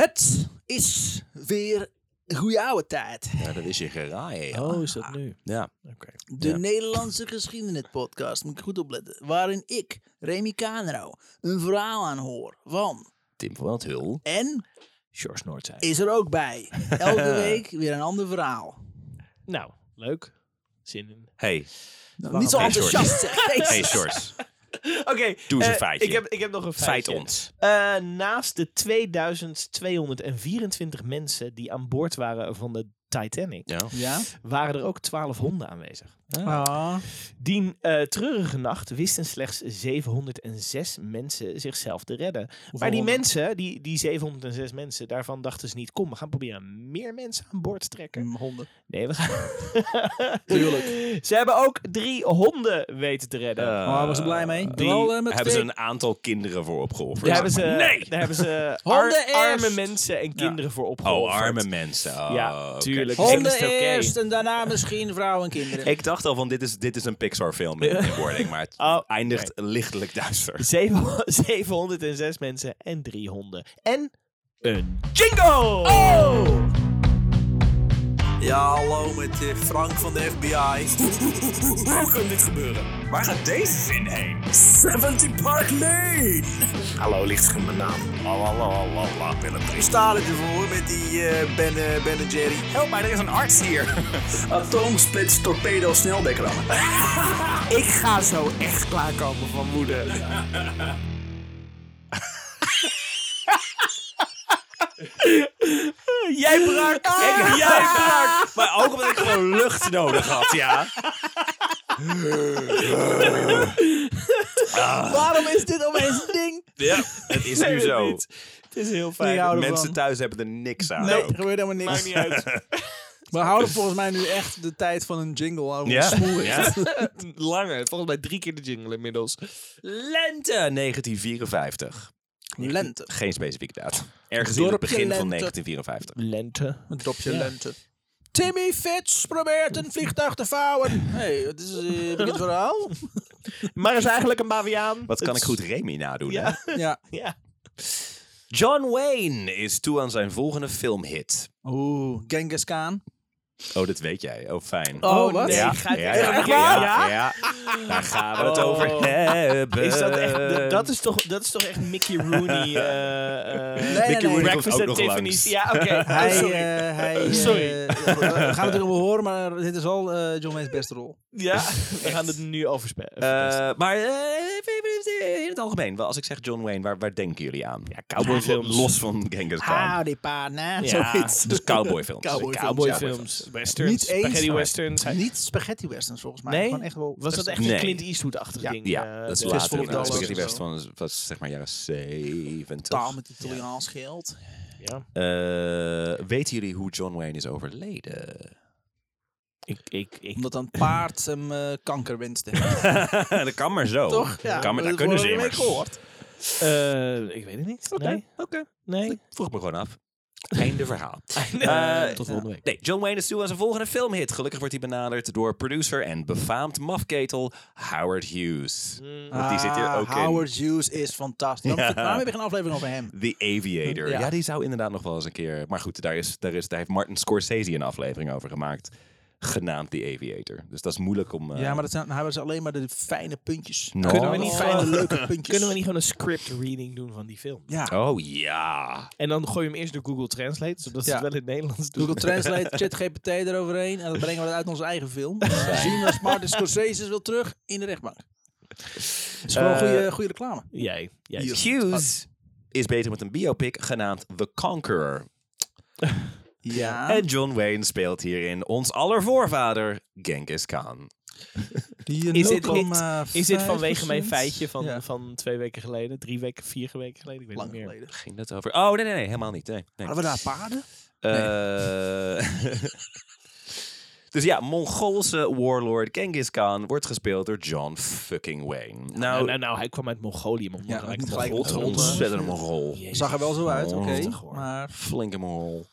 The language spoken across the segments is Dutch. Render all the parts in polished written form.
Het is weer een goede oude tijd. Ja, dat is je geraaien. Ja. Oh, is dat nu? Ja. Oké. De Nederlandse geschiedenis-podcast, moet ik goed opletten. Waarin ik, Remy Kanerau, een verhaal aanhoor van... Tim van het Hul. En Sjors Noordzij. is er ook bij. Elke week weer een ander verhaal. Nou, leuk. Zin in. Hey. Nou, niet zo Hey, enthousiast zeg. Hey, Sjors. Oké. Doe eens een feitje. Ik heb nog een Feit feitje. ons. Naast de 2224 mensen die aan boord waren van de Titanic, Ja. Ja? waren er ook 12 honden aanwezig. Ah. Die treurige nacht wisten slechts 706 mensen zichzelf te redden. Maar die honden? mensen, die 706 mensen, daarvan dachten ze niet... Kom, we gaan proberen meer mensen aan boord te trekken. Honden. Nee, we gaan... Tuurlijk. Ze hebben ook 3 honden weten te redden. Waar was ze blij mee? die Wel, met Hebben ze twee- een aantal kinderen voor opgeofferd? Daar hebben ze, Nee! daar hebben ze Honden eerst! arme mensen en kinderen voor opgeofferd. Oh, arme mensen. Oh, Ja, oké. tuurlijk. Honden Is het oké? eerst en daarna misschien vrouwen en kinderen. Ik dacht al van dit is een Pixar film in wording, maar het Oh, eindigt lichtelijk duister. 706 mensen en 3 honden. En een jingle! Oh! Ja, hallo met Frank van de FBI. Hoe kan dit gebeuren? Waar gaat deze zin heen? 70 Park Lane. Hallo, lichtscherm banaan. Hoe staat het ervoor met die Ben en Jerry? Help mij, er is een arts hier. Atoomsplits torpedo snelbekrammen. Ik ga zo echt klaarkomen van moeder. Jij brak! Jij brak! Maar ook omdat ik gewoon lucht nodig had, ja. Waarom is dit opeens een ding? Ja, het is nu weet het zo. niet. Het is heel fijn. Ik hou ervan. Mensen thuis hebben er niks aan. Nee, ook. er gebeurt helemaal niks. Maakt niet uit. We houden volgens mij nu echt de tijd van een jingle over Ja? ons smoel. Ja. Langer. Volgens mij 3 keer de jingle inmiddels. Lente 1954. Lente. Geen specifieke datum. Ergens in het Dorpje begin van Lente. 1954. Lente. Een dropje Ja. lente. Timmy Fitz probeert een vliegtuig te vouwen. Hé, het is een bekend verhaal. Maar is eigenlijk een baviaan. Wat kan ik goed Remy nadoen? hè? Ja. Ja. Ja. John Wayne is toe aan zijn volgende filmhit. Oeh, Genghis Khan. Oh, dat weet jij. Oh, fijn. Oh, wat? Nee, Ja, gaat ja, echt ja, waar? ja, Ja? ja. Daar gaan we het Oh. over hebben. Is dat echt... Dat is toch echt Mickey Rooney... Mickey Rooney Breakfast komt ook at nog Tiffany's. langs. Ja, oké. Sorry. Sorry. We gaan het natuurlijk wel horen, maar dit is al John Wayne's beste rol. Ja, we gaan het nu overspelen. Maar in het algemeen, als ik zeg John Wayne, waar denken jullie aan? Ja, cowboyfilms. Los van Genghis Khan. Howdy partner. Ja, Zoiets. Dus cowboyfilms. Cowboyfilms, westerns, Niet eens, spaghetti maar westerns. Niet spaghetti westerns volgens mij. Nee? Gewoon echt wel Was dat echt Nee. een Clint Eastwood-achtig Ja. ding? Ja, dat is de later. Fistful of Nou, Dollars Spaghetti of Western was zeg maar jaren 70. taal met Italiaans geld. Ja. Weten jullie hoe John Wayne is overleden? Ik Omdat een paard hem kanker wenste. Dat kan maar zo. Toch? Ja, Kan maar, daar dat kunnen ze vorige week immers. gehoord. ik weet het niet. Nee. Oké. Nee. Vroeg me gewoon af. Einde verhaal. Tot volgende week. Nee, John Wayne is toe aan zijn volgende filmhit. Gelukkig wordt hij benaderd door producer en befaamd mafketel Howard Hughes. Want die zit hier ook Howard Hughes is fantastisch. Ja. Waarom heb je geen aflevering over hem? in. The Aviator. Ja. Ja, die zou inderdaad nog wel eens een keer... Maar goed, daar heeft Martin Scorsese een aflevering over gemaakt. Genaamd The Aviator. Dus dat is moeilijk om... Ja, maar hij hebben ze alleen maar de fijne puntjes. Nou. Kunnen we niet fijne, gewoon- leuke puntjes. Kunnen we niet gewoon een script reading doen van die film? Ja. Oh ja. En dan gooi je hem eerst door Google Translate, zodat ze Ja. het wel in het Nederlands doen. Google Translate, ChatGPT eroverheen. En dan brengen we het uit onze eigen film. Dan zien we als Martin Scorsese wil terug in de rechtbank. Het is gewoon goede reclame. Jij. Hier. Hughes is bezig met een biopic genaamd The Conqueror. Ja. En John Wayne speelt hierin ons aller voorvader, Genghis Khan. Is dit vanwege mijn 0,5%? feitje Ja. van 2 weken geleden? 3 weken, 4 weken geleden? Ik weet Lang niet meer. geleden. Ging dat over? Oh, nee, helemaal niet. Nee. Hadden we daar paarden? Dus ja, Mongoolse warlord Genghis Khan wordt gespeeld door John fucking Wayne. Nou, hij kwam uit Mongolië. Maar Ja, gelijk niet een gelijk Mongool te Mongool. noemen. Ontzettend Mongool. Jezus. Zag er wel zo uit, oké. Heftig, hoor. Maar Flinke Mongool.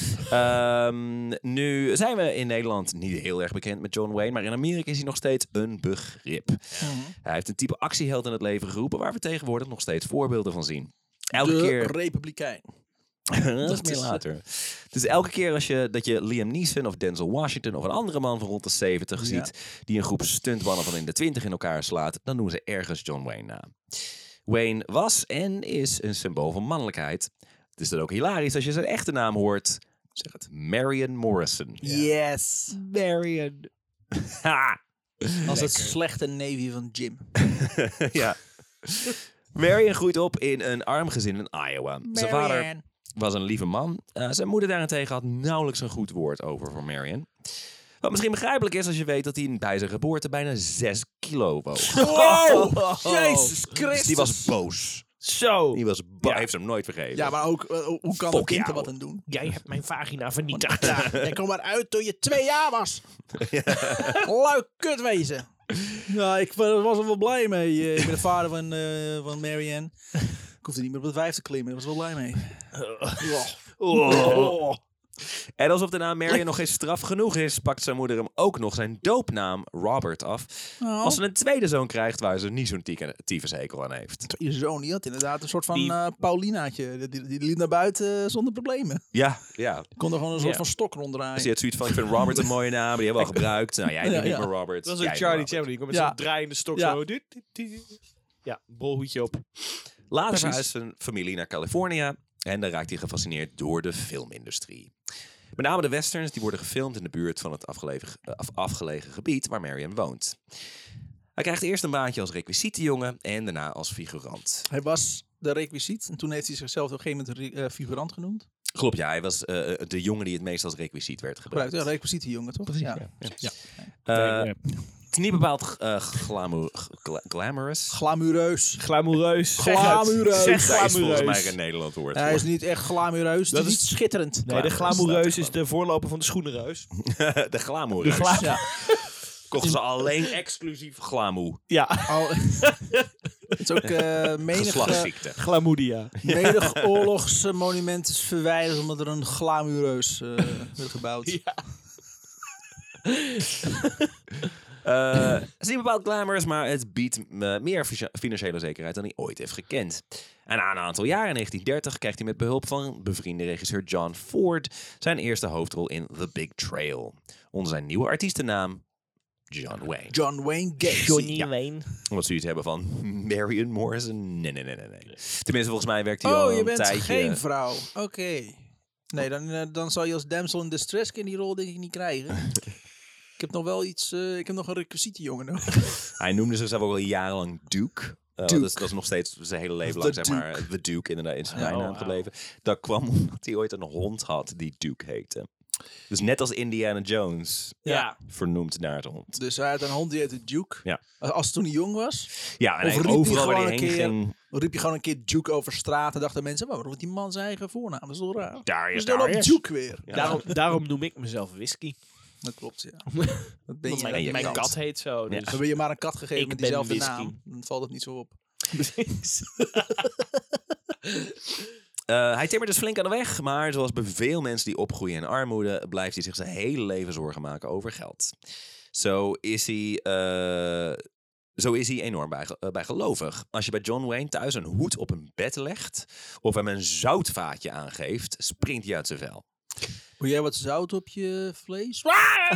Nu zijn we in Nederland niet heel erg bekend met John Wayne, maar in Amerika is hij nog steeds een begrip. Hij heeft een type actieheld in het leven geroepen waar we tegenwoordig nog steeds voorbeelden van zien. Elke de keer... Republikein. Dat is meer later. Dus elke keer dat je Liam Neeson of Denzel Washington of een andere man van rond de 70 ziet, die een groep stuntmannen van in de 20 in elkaar slaat, dan doen ze ergens John Wayne na. Wayne was en is een symbool van mannelijkheid. Het is dan ook hilarisch als je zijn echte naam hoort. Zeg het. Marion Morrison. Yes. Marion. Ha! Als het slechte neefje van Jim. Ja. Marion groeit op in een arm gezin in Iowa. Zijn vader was een lieve man. Zijn moeder daarentegen had nauwelijks een goed woord over voor Marion. Wat misschien begrijpelijk is als je weet dat hij bij zijn geboorte bijna 6 kilo woog. Wow! Jezus Christus. Dus die was boos. Zo. Die was Hij heeft hem nooit vergeven. Ja, maar ook, hoe kan Fuck een kind er jou. wat aan doen? Jij hebt mijn vagina vernietigd. Ja, jij kwam maar uit toen je 2 jaar was. Lui kutwezen. Ja, ik was er wel blij mee. Ik ben de vader van Marianne. Ik hoefde niet meer op het 5 te klimmen. Ik was er wel blij mee. Oh. En alsof de naam Marion nog geen straf genoeg is, pakt zijn moeder hem ook nog zijn doopnaam Robert af. Als ze een tweede zoon krijgt waar ze niet zo'n tyfushekel aan heeft. Je zoon die had inderdaad een soort van Paulinaatje. Die liep naar buiten zonder problemen. Ja. Kon er gewoon een soort van stok ronddraaien. Dus je had zoiets van, ik vind Robert een mooie naam, die hebben we al gebruikt. Nou, jij doet niet meer Robert. Dat was jij een doet Charlie Robert. Chaplin. Die komt met Ja. zo'n draaiende stok Ja. zo. Ja, bolhoedje op. Later verhuist zijn familie naar Californië en daar raakt hij gefascineerd door de filmindustrie. Met name de westerns die worden gefilmd in de buurt van het afgelegen gebied waar Marion woont. Hij krijgt eerst een baantje als requisietenjongen en daarna als figurant. Hij was de requisiet en toen heeft hij zichzelf op een gegeven moment figurant genoemd. Klopt, ja, hij was de jongen die het meest als requisiet werd gebruikt. Ja, requisietenjongen toch? Ja. Het is niet bepaald glamorous. Glamoureus. Glamoureus. Glamoureus. Zeg Daar is volgens mij glamoureus. geen Nederland woord Hij voor. is niet echt glamoureus. Dat Dat is is- niet schitterend. Nee, de glamoureus is de voorloper van de schoenenreus. De glamourreus. Ja. Kochten ze alleen exclusief glamour. Ja, Het is ook menig Geslachtsziekte. glamoudia. oorlogsmonument is verwijderd omdat er een glamoureus werd gebouwd. Ja. Het is niet bepaald glamorous, maar het biedt meer financiële zekerheid dan hij ooit heeft gekend. En na een aantal jaar, in 1930, krijgt hij met behulp van bevriende regisseur John Ford zijn eerste hoofdrol in The Big Trail. Onder zijn nieuwe artiestennaam John Wayne. John Wayne Gacy. Johnny Wayne. Omdat ze iets hebben van Marion Morrison. Nee. Tenminste, volgens mij werkt hij al je een bent tijdje. geen vrouw. Oké. Nee, dan zal je als damsel in distress die rol denk ik niet krijgen. Ik heb nog wel iets... ik heb nog een requisietenjongen nodig. Hij noemde zichzelf ook al jarenlang Duke. Dat is nog steeds zijn hele leven lang, zeg maar, The Duke inderdaad in zijn bijnaam gebleven. Dat kwam omdat hij ooit een hond had die Duke heette. Dus net als Indiana Jones, Ja. vernoemd naar het hond. Dus hij had een hond die heette Duke. Ja. Als toen hij jong was. Ja, en Of hij riep hij overal waar gewoon hij een heen keer- ging, Riep je gewoon een keer Duke over straat en dachten mensen... Waarom roept die man zijn eigen voornaam? Dat is wel raar. Darius, Dus dan op Darius. Duke weer. Daarom noem ik mezelf Whisky. Dat klopt, ja. Dat ben Want je mijn kat. kat heet zo. Dus. Dan ben je maar een kat gegeven Ik met ben diezelfde whisky. naam. Dan valt het niet zo op. Hij timmert dus flink aan de weg, maar zoals bij veel mensen die opgroeien in armoede, blijft hij zich zijn hele leven zorgen maken over geld. Zo is hij enorm bijgelovig. Als je bij John Wayne thuis een hoed op een bed legt of hem een zoutvaatje aangeeft, springt hij uit zijn vel. Moet jij wat zout op je vlees?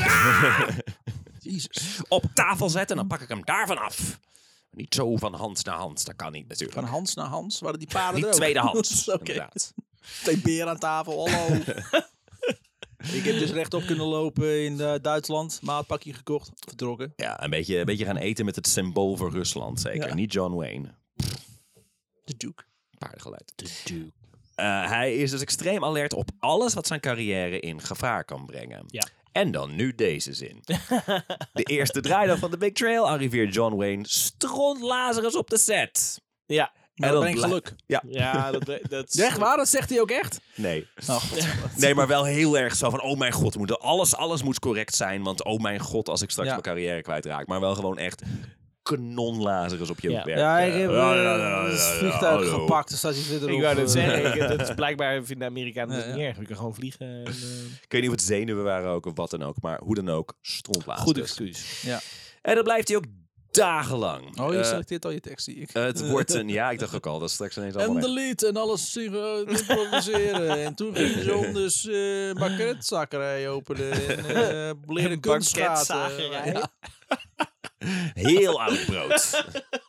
Jezus. Op tafel zetten en dan pak ik hem daarvan af. Niet zo van hand naar hand, dat kan niet natuurlijk. Van Hans naar Hans. Waren die paarden Niet er ook? tweedehands, Oké. inderdaad. 2 beren aan tafel. Hallo. Ik heb dus rechtop kunnen lopen in Duitsland. Maatpakje gekocht. Vertrokken. Ja, een beetje gaan eten met het symbool voor Rusland, zeker. Ja. Niet John Wayne. De Duke. Paardengeluid. Hij is dus extreem alert op alles wat zijn carrière in gevaar kan brengen. Ja. En dan nu deze zin. De eerste draaidag van The Big Trail arriveert John Wayne stront Lazarus op de set. Ja. Maar En dat dan brengt blij- geluk. Ja, dat Echt waar? Dat zegt hij ook echt? Nee. Oh, God. Nee, maar wel heel erg zo van, oh mijn god, alles moet correct zijn. Want oh mijn god, als ik straks Ja. mijn carrière kwijtraak. Maar wel gewoon echt kanon Lazarus op je Ja. werk. Ja, ik heb het vliegtuig hallo. gepakt. Dan staat hij verderop. Ik wou dat zeggen. Dat is blijkbaar vinden de Amerikanen dat Ja, niet erg. Je kan gewoon vliegen. En, Ik weet niet of het zenuwen waren ook of wat dan ook. Maar hoe dan ook, stront Lazarus. goed excuus. Ja. En dat blijft hij ook dagenlang. Oh, je selecteert al je tekst, zie ik. Het wordt ik dacht ook al, dat is straks ineens En allemaal de weg. lied en alles improviseren. En toen ging John dus banketzakerij openen. En leren kunstschaten. banketzagerij. Ja. Heel oud brood.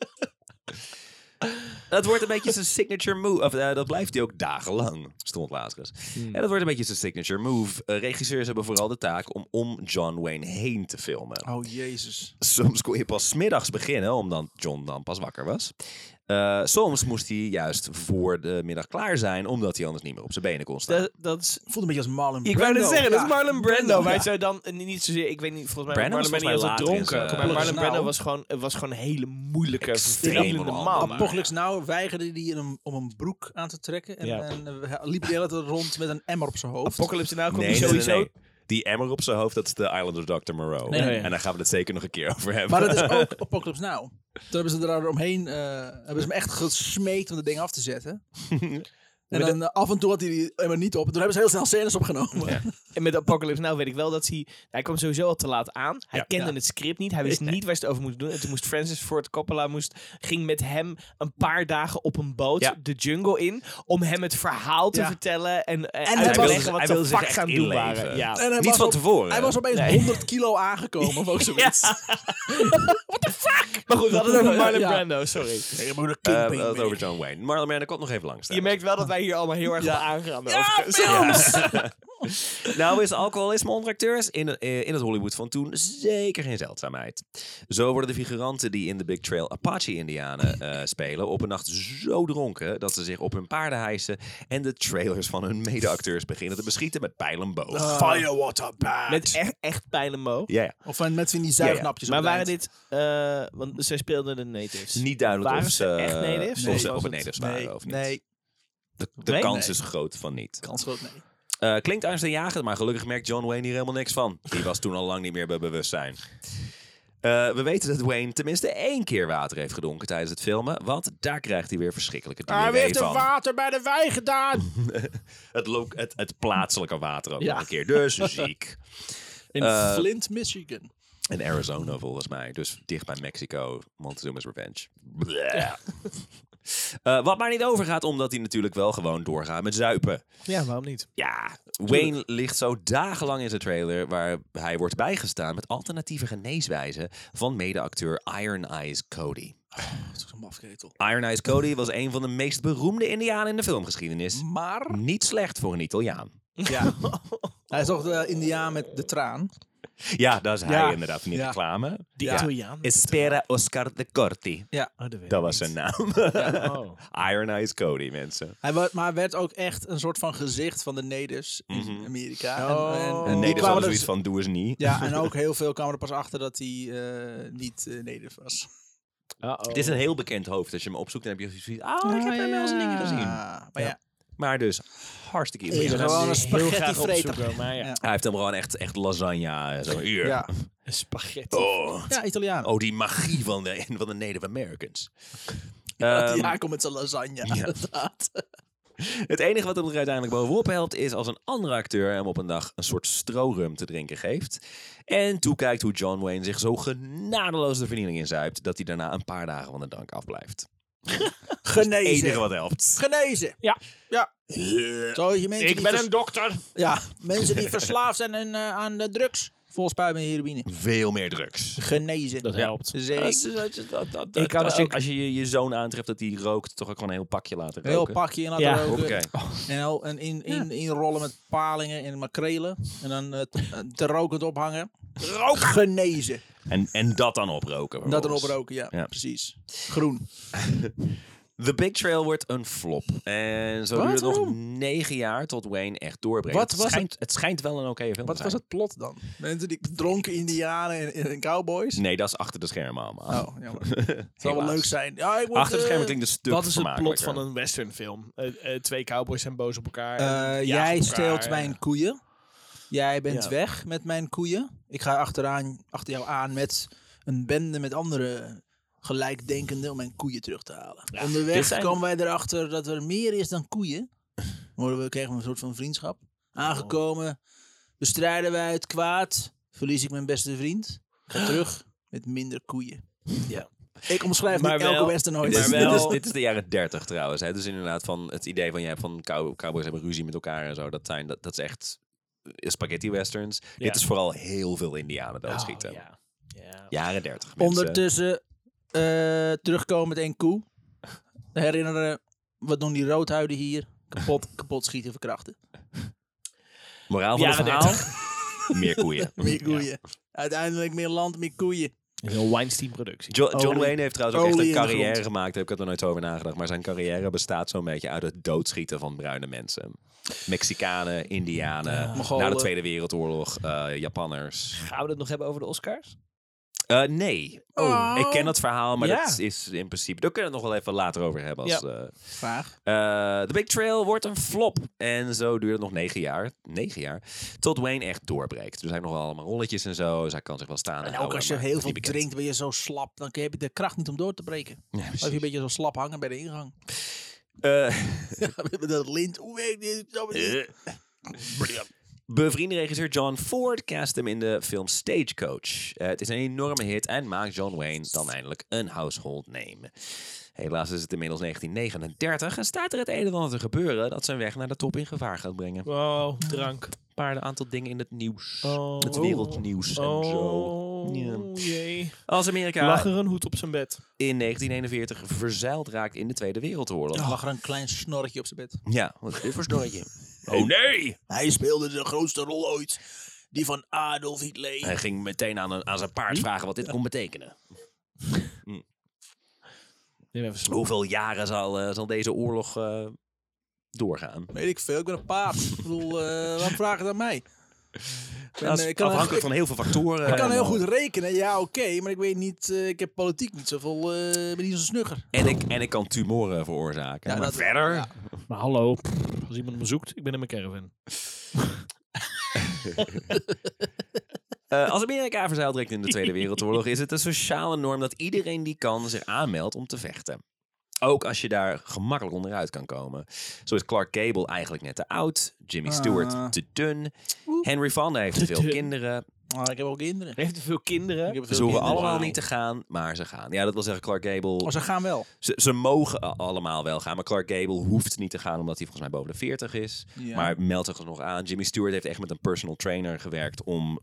Dat wordt een beetje zijn signature move. Of, dat blijft hij ook dagenlang, stond Lazarus. En dat wordt een beetje zijn signature move. Regisseurs hebben vooral de taak om John Wayne heen te filmen. Oh, jezus. Soms kon je pas 's middags beginnen, omdat John dan pas wakker was. Soms moest hij juist voor de middag klaar zijn, omdat hij anders niet meer op zijn benen kon staan. Dat is... Voelt een beetje als Marlon Ik Brando. wou net zeggen, dat is Ja, Marlon Brando. Maar ja. het zou dan niet zozeer... Ik weet niet, volgens mij Brando was Marlon Brando volgens was mij dronken. later in Maar zijn- Marlon Brando Nou. was gewoon een hele moeilijke, Extreem vervelende onhandig. man. Apocalypse Now weigerde hij om een broek aan te trekken. En, Ja. liep de hele tijd rond met een emmer op zijn hoofd. Apocalypse Now komt Nee, hij nee, sowieso... nee. Die emmer op zijn hoofd, dat is de Island of Dr. Moreau. Nee, nee. En daar gaan we het zeker nog een keer over hebben. Maar dat is ook Apocalypse Now. Toen hebben ze er omheen, hebben ze hem echt gesmeekt om dat ding af te zetten. En dan af en toe had hij die emmer niet op. En toen hebben ze heel snel scènes opgenomen. Ja. En met Apocalypse Now weet ik wel dat hij kwam sowieso al te laat aan. Hij Ja. kende Ja. het script niet. Hij wist niet waar ze het over moest doen. En toen moest Francis Ford Coppola ging met hem een paar dagen op een boot Ja. de jungle in. Om hem het verhaal te Ja. vertellen. En hij uit te was- leggen wat hij de wilde zich fuck echt gaan doen inleven. waren. Ja. En hij Niet was van op- tevoren. Hij was opeens Nee. 100 kilo aangekomen of ook zoiets. Maar goed, we hadden het over Marlon Ja. Brando, sorry. Nee, je moet de We Kingpin hadden het mee. over John Wayne. Marlon Brando komt nog even langs. Je merkt wel dat wij hier allemaal heel erg op aangaan. Nou is alcoholisme onder acteurs in het Hollywood van toen zeker geen zeldzaamheid. Zo worden de figuranten die in de Big Trail Apache-Indianen spelen op een nacht zo dronken dat ze zich op hun paarden hijsen en de trailers van hun medeacteurs beginnen te beschieten met pijl en boog. Firewater Bad. Met echt pijl en boog. Ja, ja. Of met van die zuignapjes. Maar op het waren eind. dit... want zij speelden de natives. Niet duidelijk Waren of ze echt natives? of Of ze was op het het- natives waren Nee, of niet. nee. De Nee? kans Nee. is groot van niet. Kans groot, nee. Klinkt angstaanjagend, maar gelukkig merkt John Wayne hier helemaal niks van. Die was toen al lang niet meer bij bewustzijn. We weten dat Wayne tenminste 1 keer water heeft gedronken tijdens het filmen. Want daar krijgt hij weer verschrikkelijke diarree van. water bij de wei gedaan. Het plaatselijke water ook Ja. nog een keer. Dus ziek. In Flint, Michigan. En Arizona volgens mij. Dus dicht bij Mexico. Montezuma's Revenge. Bleh. Wat maar niet overgaat, omdat hij natuurlijk wel gewoon doorgaat met zuipen. Ja, waarom niet? Ja, Wayne ligt zo dagenlang in zijn trailer waar hij wordt bijgestaan met alternatieve geneeswijzen van medeacteur Iron Eyes Cody. Dat is ook zo'n mafketel. Iron Eyes Cody was een van de meest beroemde Indianen in de filmgeschiedenis. Maar... Niet slecht voor een Italiaan. Ja. Hij is toch de Indiaan met de traan. Ja, dat is hij Ja. inderdaad van die Ja. reclame. Die Ja. Italiaan. Espera Oscar de Corti. Ja. Dat was zijn naam. Oh. Iron Eyes Cody, mensen. Maar werd ook echt een soort van gezicht van de natives in Amerika. Oh. En En die nee, dat kwamen was er- zoiets van, doe eens niet. Ja, en ook heel veel kwamen er pas achter dat hij niet native was. Het is een heel bekend hoofd. Als je hem opzoekt, dan heb je zoiets. Oh, ik heb hem wel eens een dingen gezien. Maar ja, Maar dus, hartstikke Is Italiaans. er gewoon een Heel graag spaghetti-vreter. opzoeken, maar ja. Ja. Hij heeft hem gewoon echt lasagne. Zo, hier. Ja. Een spaghetti. Oh. Ja, Italiaan. Oh, die magie van de Native Americans. Die aankomt met zijn lasagne. Inderdaad. Het enige wat hem er uiteindelijk bovenop helpt is als een andere acteur hem op een dag een soort strorum te drinken geeft. En toekijkt hoe John Wayne zich zo genadeloos de vernieling inzuipt dat hij daarna een paar dagen van de drank afblijft. Genezen. Enige wat helpt. Genezen. Ja. Ja. Zo, je mensen die dokter. Ja, mensen die verslaafd zijn aan de drugs. Vol spuiten met heroïne. Veel meer drugs. Genezen. Dat helpt. Zeker. Ik kan ook- Als je zoon aantreft dat hij rookt, toch ook gewoon een heel pakje laten Heel roken. pakje in laten Ja. roken. Oké. En inrollen met palingen en makrelen. En dan te rokend ophangen. Genezen. En dat dan oproken. Dat dan vervolgens. oproken, ja, Ja. precies. Groen. The Big Trail wordt een flop. En zo Wat? duurt het nog Waarom? 9 jaar tot Wayne echt doorbrengt. Wat was Het schijnt wel een oké film Wat te was zijn. het plot dan? Mensen die dronken indianen en cowboys? Nee, dat is achter de schermen allemaal. Oh, jammer. Het zal wel Helaas. leuk zijn. Ja, ik moet, Achter de schermen klinkt een stuk Wat is het plot vermakelijker. van een westernfilm? 2 cowboys zijn boos op elkaar. jij elkaar, steelt mijn koeien. Jij bent Ja. weg met mijn koeien. Ik ga achter jou aan met een bende met andere gelijkdenkenden om mijn koeien terug te halen. dit Onderweg zijn- komen wij erachter dat er meer is dan koeien. Kregen we een soort van vriendschap. Aangekomen, bestrijden wij het kwaad. Verlies ik mijn beste vriend. Ga terug met minder koeien. Ja. Ik omschrijf Maar niet elke wel- western ooit. maar wel- Dit is de jaren 30 trouwens. Hè? Dus inderdaad van het idee van je hebt van cowboys hebben ruzie met elkaar en zo. Dat is echt spaghetti westerns. Ja. Dit is vooral heel veel Indianen doodschieten. Oh, ja. Jaren 30 mensen. Ondertussen terugkomen met één koe. Herinneren, wat doen die roodhuiden hier? Kapot schieten, verkrachten. Moraal van het Jaren verhaal? Meer koeien. Meer koeien. Uiteindelijk meer land, meer koeien. Dat is een Weinstein-productie. John Olie. Wayne heeft trouwens ook echt Olie een in de carrière grond. gemaakt. Daar heb ik er nooit zo over nagedacht. Maar zijn carrière bestaat zo'n beetje uit het doodschieten van bruine mensen. Mexicanen, Indianen, Mongolen. na de Tweede Wereldoorlog, Japanners. Gaan we het nog hebben over de Oscars? Nee. Oh. Ik ken het verhaal, maar Ja. dat is in principe... Daar kunnen we het nog wel even later over hebben. Als, Vaag. The Big Trail wordt een flop. En zo duurt het nog 9 jaar. 9 jaar. Tot Wayne echt doorbreekt. Er zijn nog wel allemaal rolletjes en zo. Dus hij kan zich wel staan En en ook als je maar heel niet veel bekend. drinkt, ben je zo slap. Dan heb je de kracht niet om door te breken. Ja, Of je een beetje zo slap hangen bij de ingang. Eh, Met dat lint. Hoe werkt dit? Zo met dit? Bevriende regisseur John Ford cast hem in de film Stagecoach. Het is een enorme hit en maakt John Wayne dan eindelijk een household name. Helaas is het inmiddels 1939 en staat er het een en ander te gebeuren dat zijn weg naar de top in gevaar gaat brengen. Wow, drank. Een aantal dingen in het nieuws. Oh. Het wereldnieuws en zo. Oh, Ja. jee. Als Amerika Lag er een hoed op zijn bed. in 1941 verzeild raakt in de Tweede Wereldoorlog. Er lag er een klein snorretje op zijn bed. Ja, wat is dit voor snorretje? Oh nee! Hij speelde de grootste rol ooit. Die van Adolf Hitler. Hij ging meteen aan zijn paard vragen wat dit kon betekenen. Hoeveel jaren zal deze oorlog doorgaan? Weet ik veel, ik ben een paard. Ik bedoel, waarom vragen het aan mij? Dat is afhankelijk van heel veel factoren. Ik kan En, heel goed rekenen, ja oké, maar ik weet niet, ik heb politiek niet zoveel, ben niet zo snugger. En ik kan tumoren veroorzaken. Ja, maar dat- verder... ja. Maar hallo, als iemand me zoekt, ik ben in mijn caravan. Als Amerika verzeild raakt in de Tweede Wereldoorlog... is het een sociale norm dat iedereen die kan zich aanmeldt om te vechten. Ook als je daar gemakkelijk onderuit kan komen. Zo is Clark Gable eigenlijk net te oud. Jimmy Stewart te dun. Henry Fonda heeft te veel dun. kinderen. Maar ik heb ook kinderen. Heeft hij veel kinderen? Ik heb veel Ze hoeven kinderen. allemaal niet te gaan, maar ze gaan. Ja, dat wil zeggen Clark Gable... Oh, ze gaan wel. Ze mogen allemaal wel gaan, maar Clark Gable hoeft niet te gaan omdat hij volgens mij boven de 40 is. Ja. Maar meldt zich nog aan. Jimmy Stewart heeft echt met een personal trainer gewerkt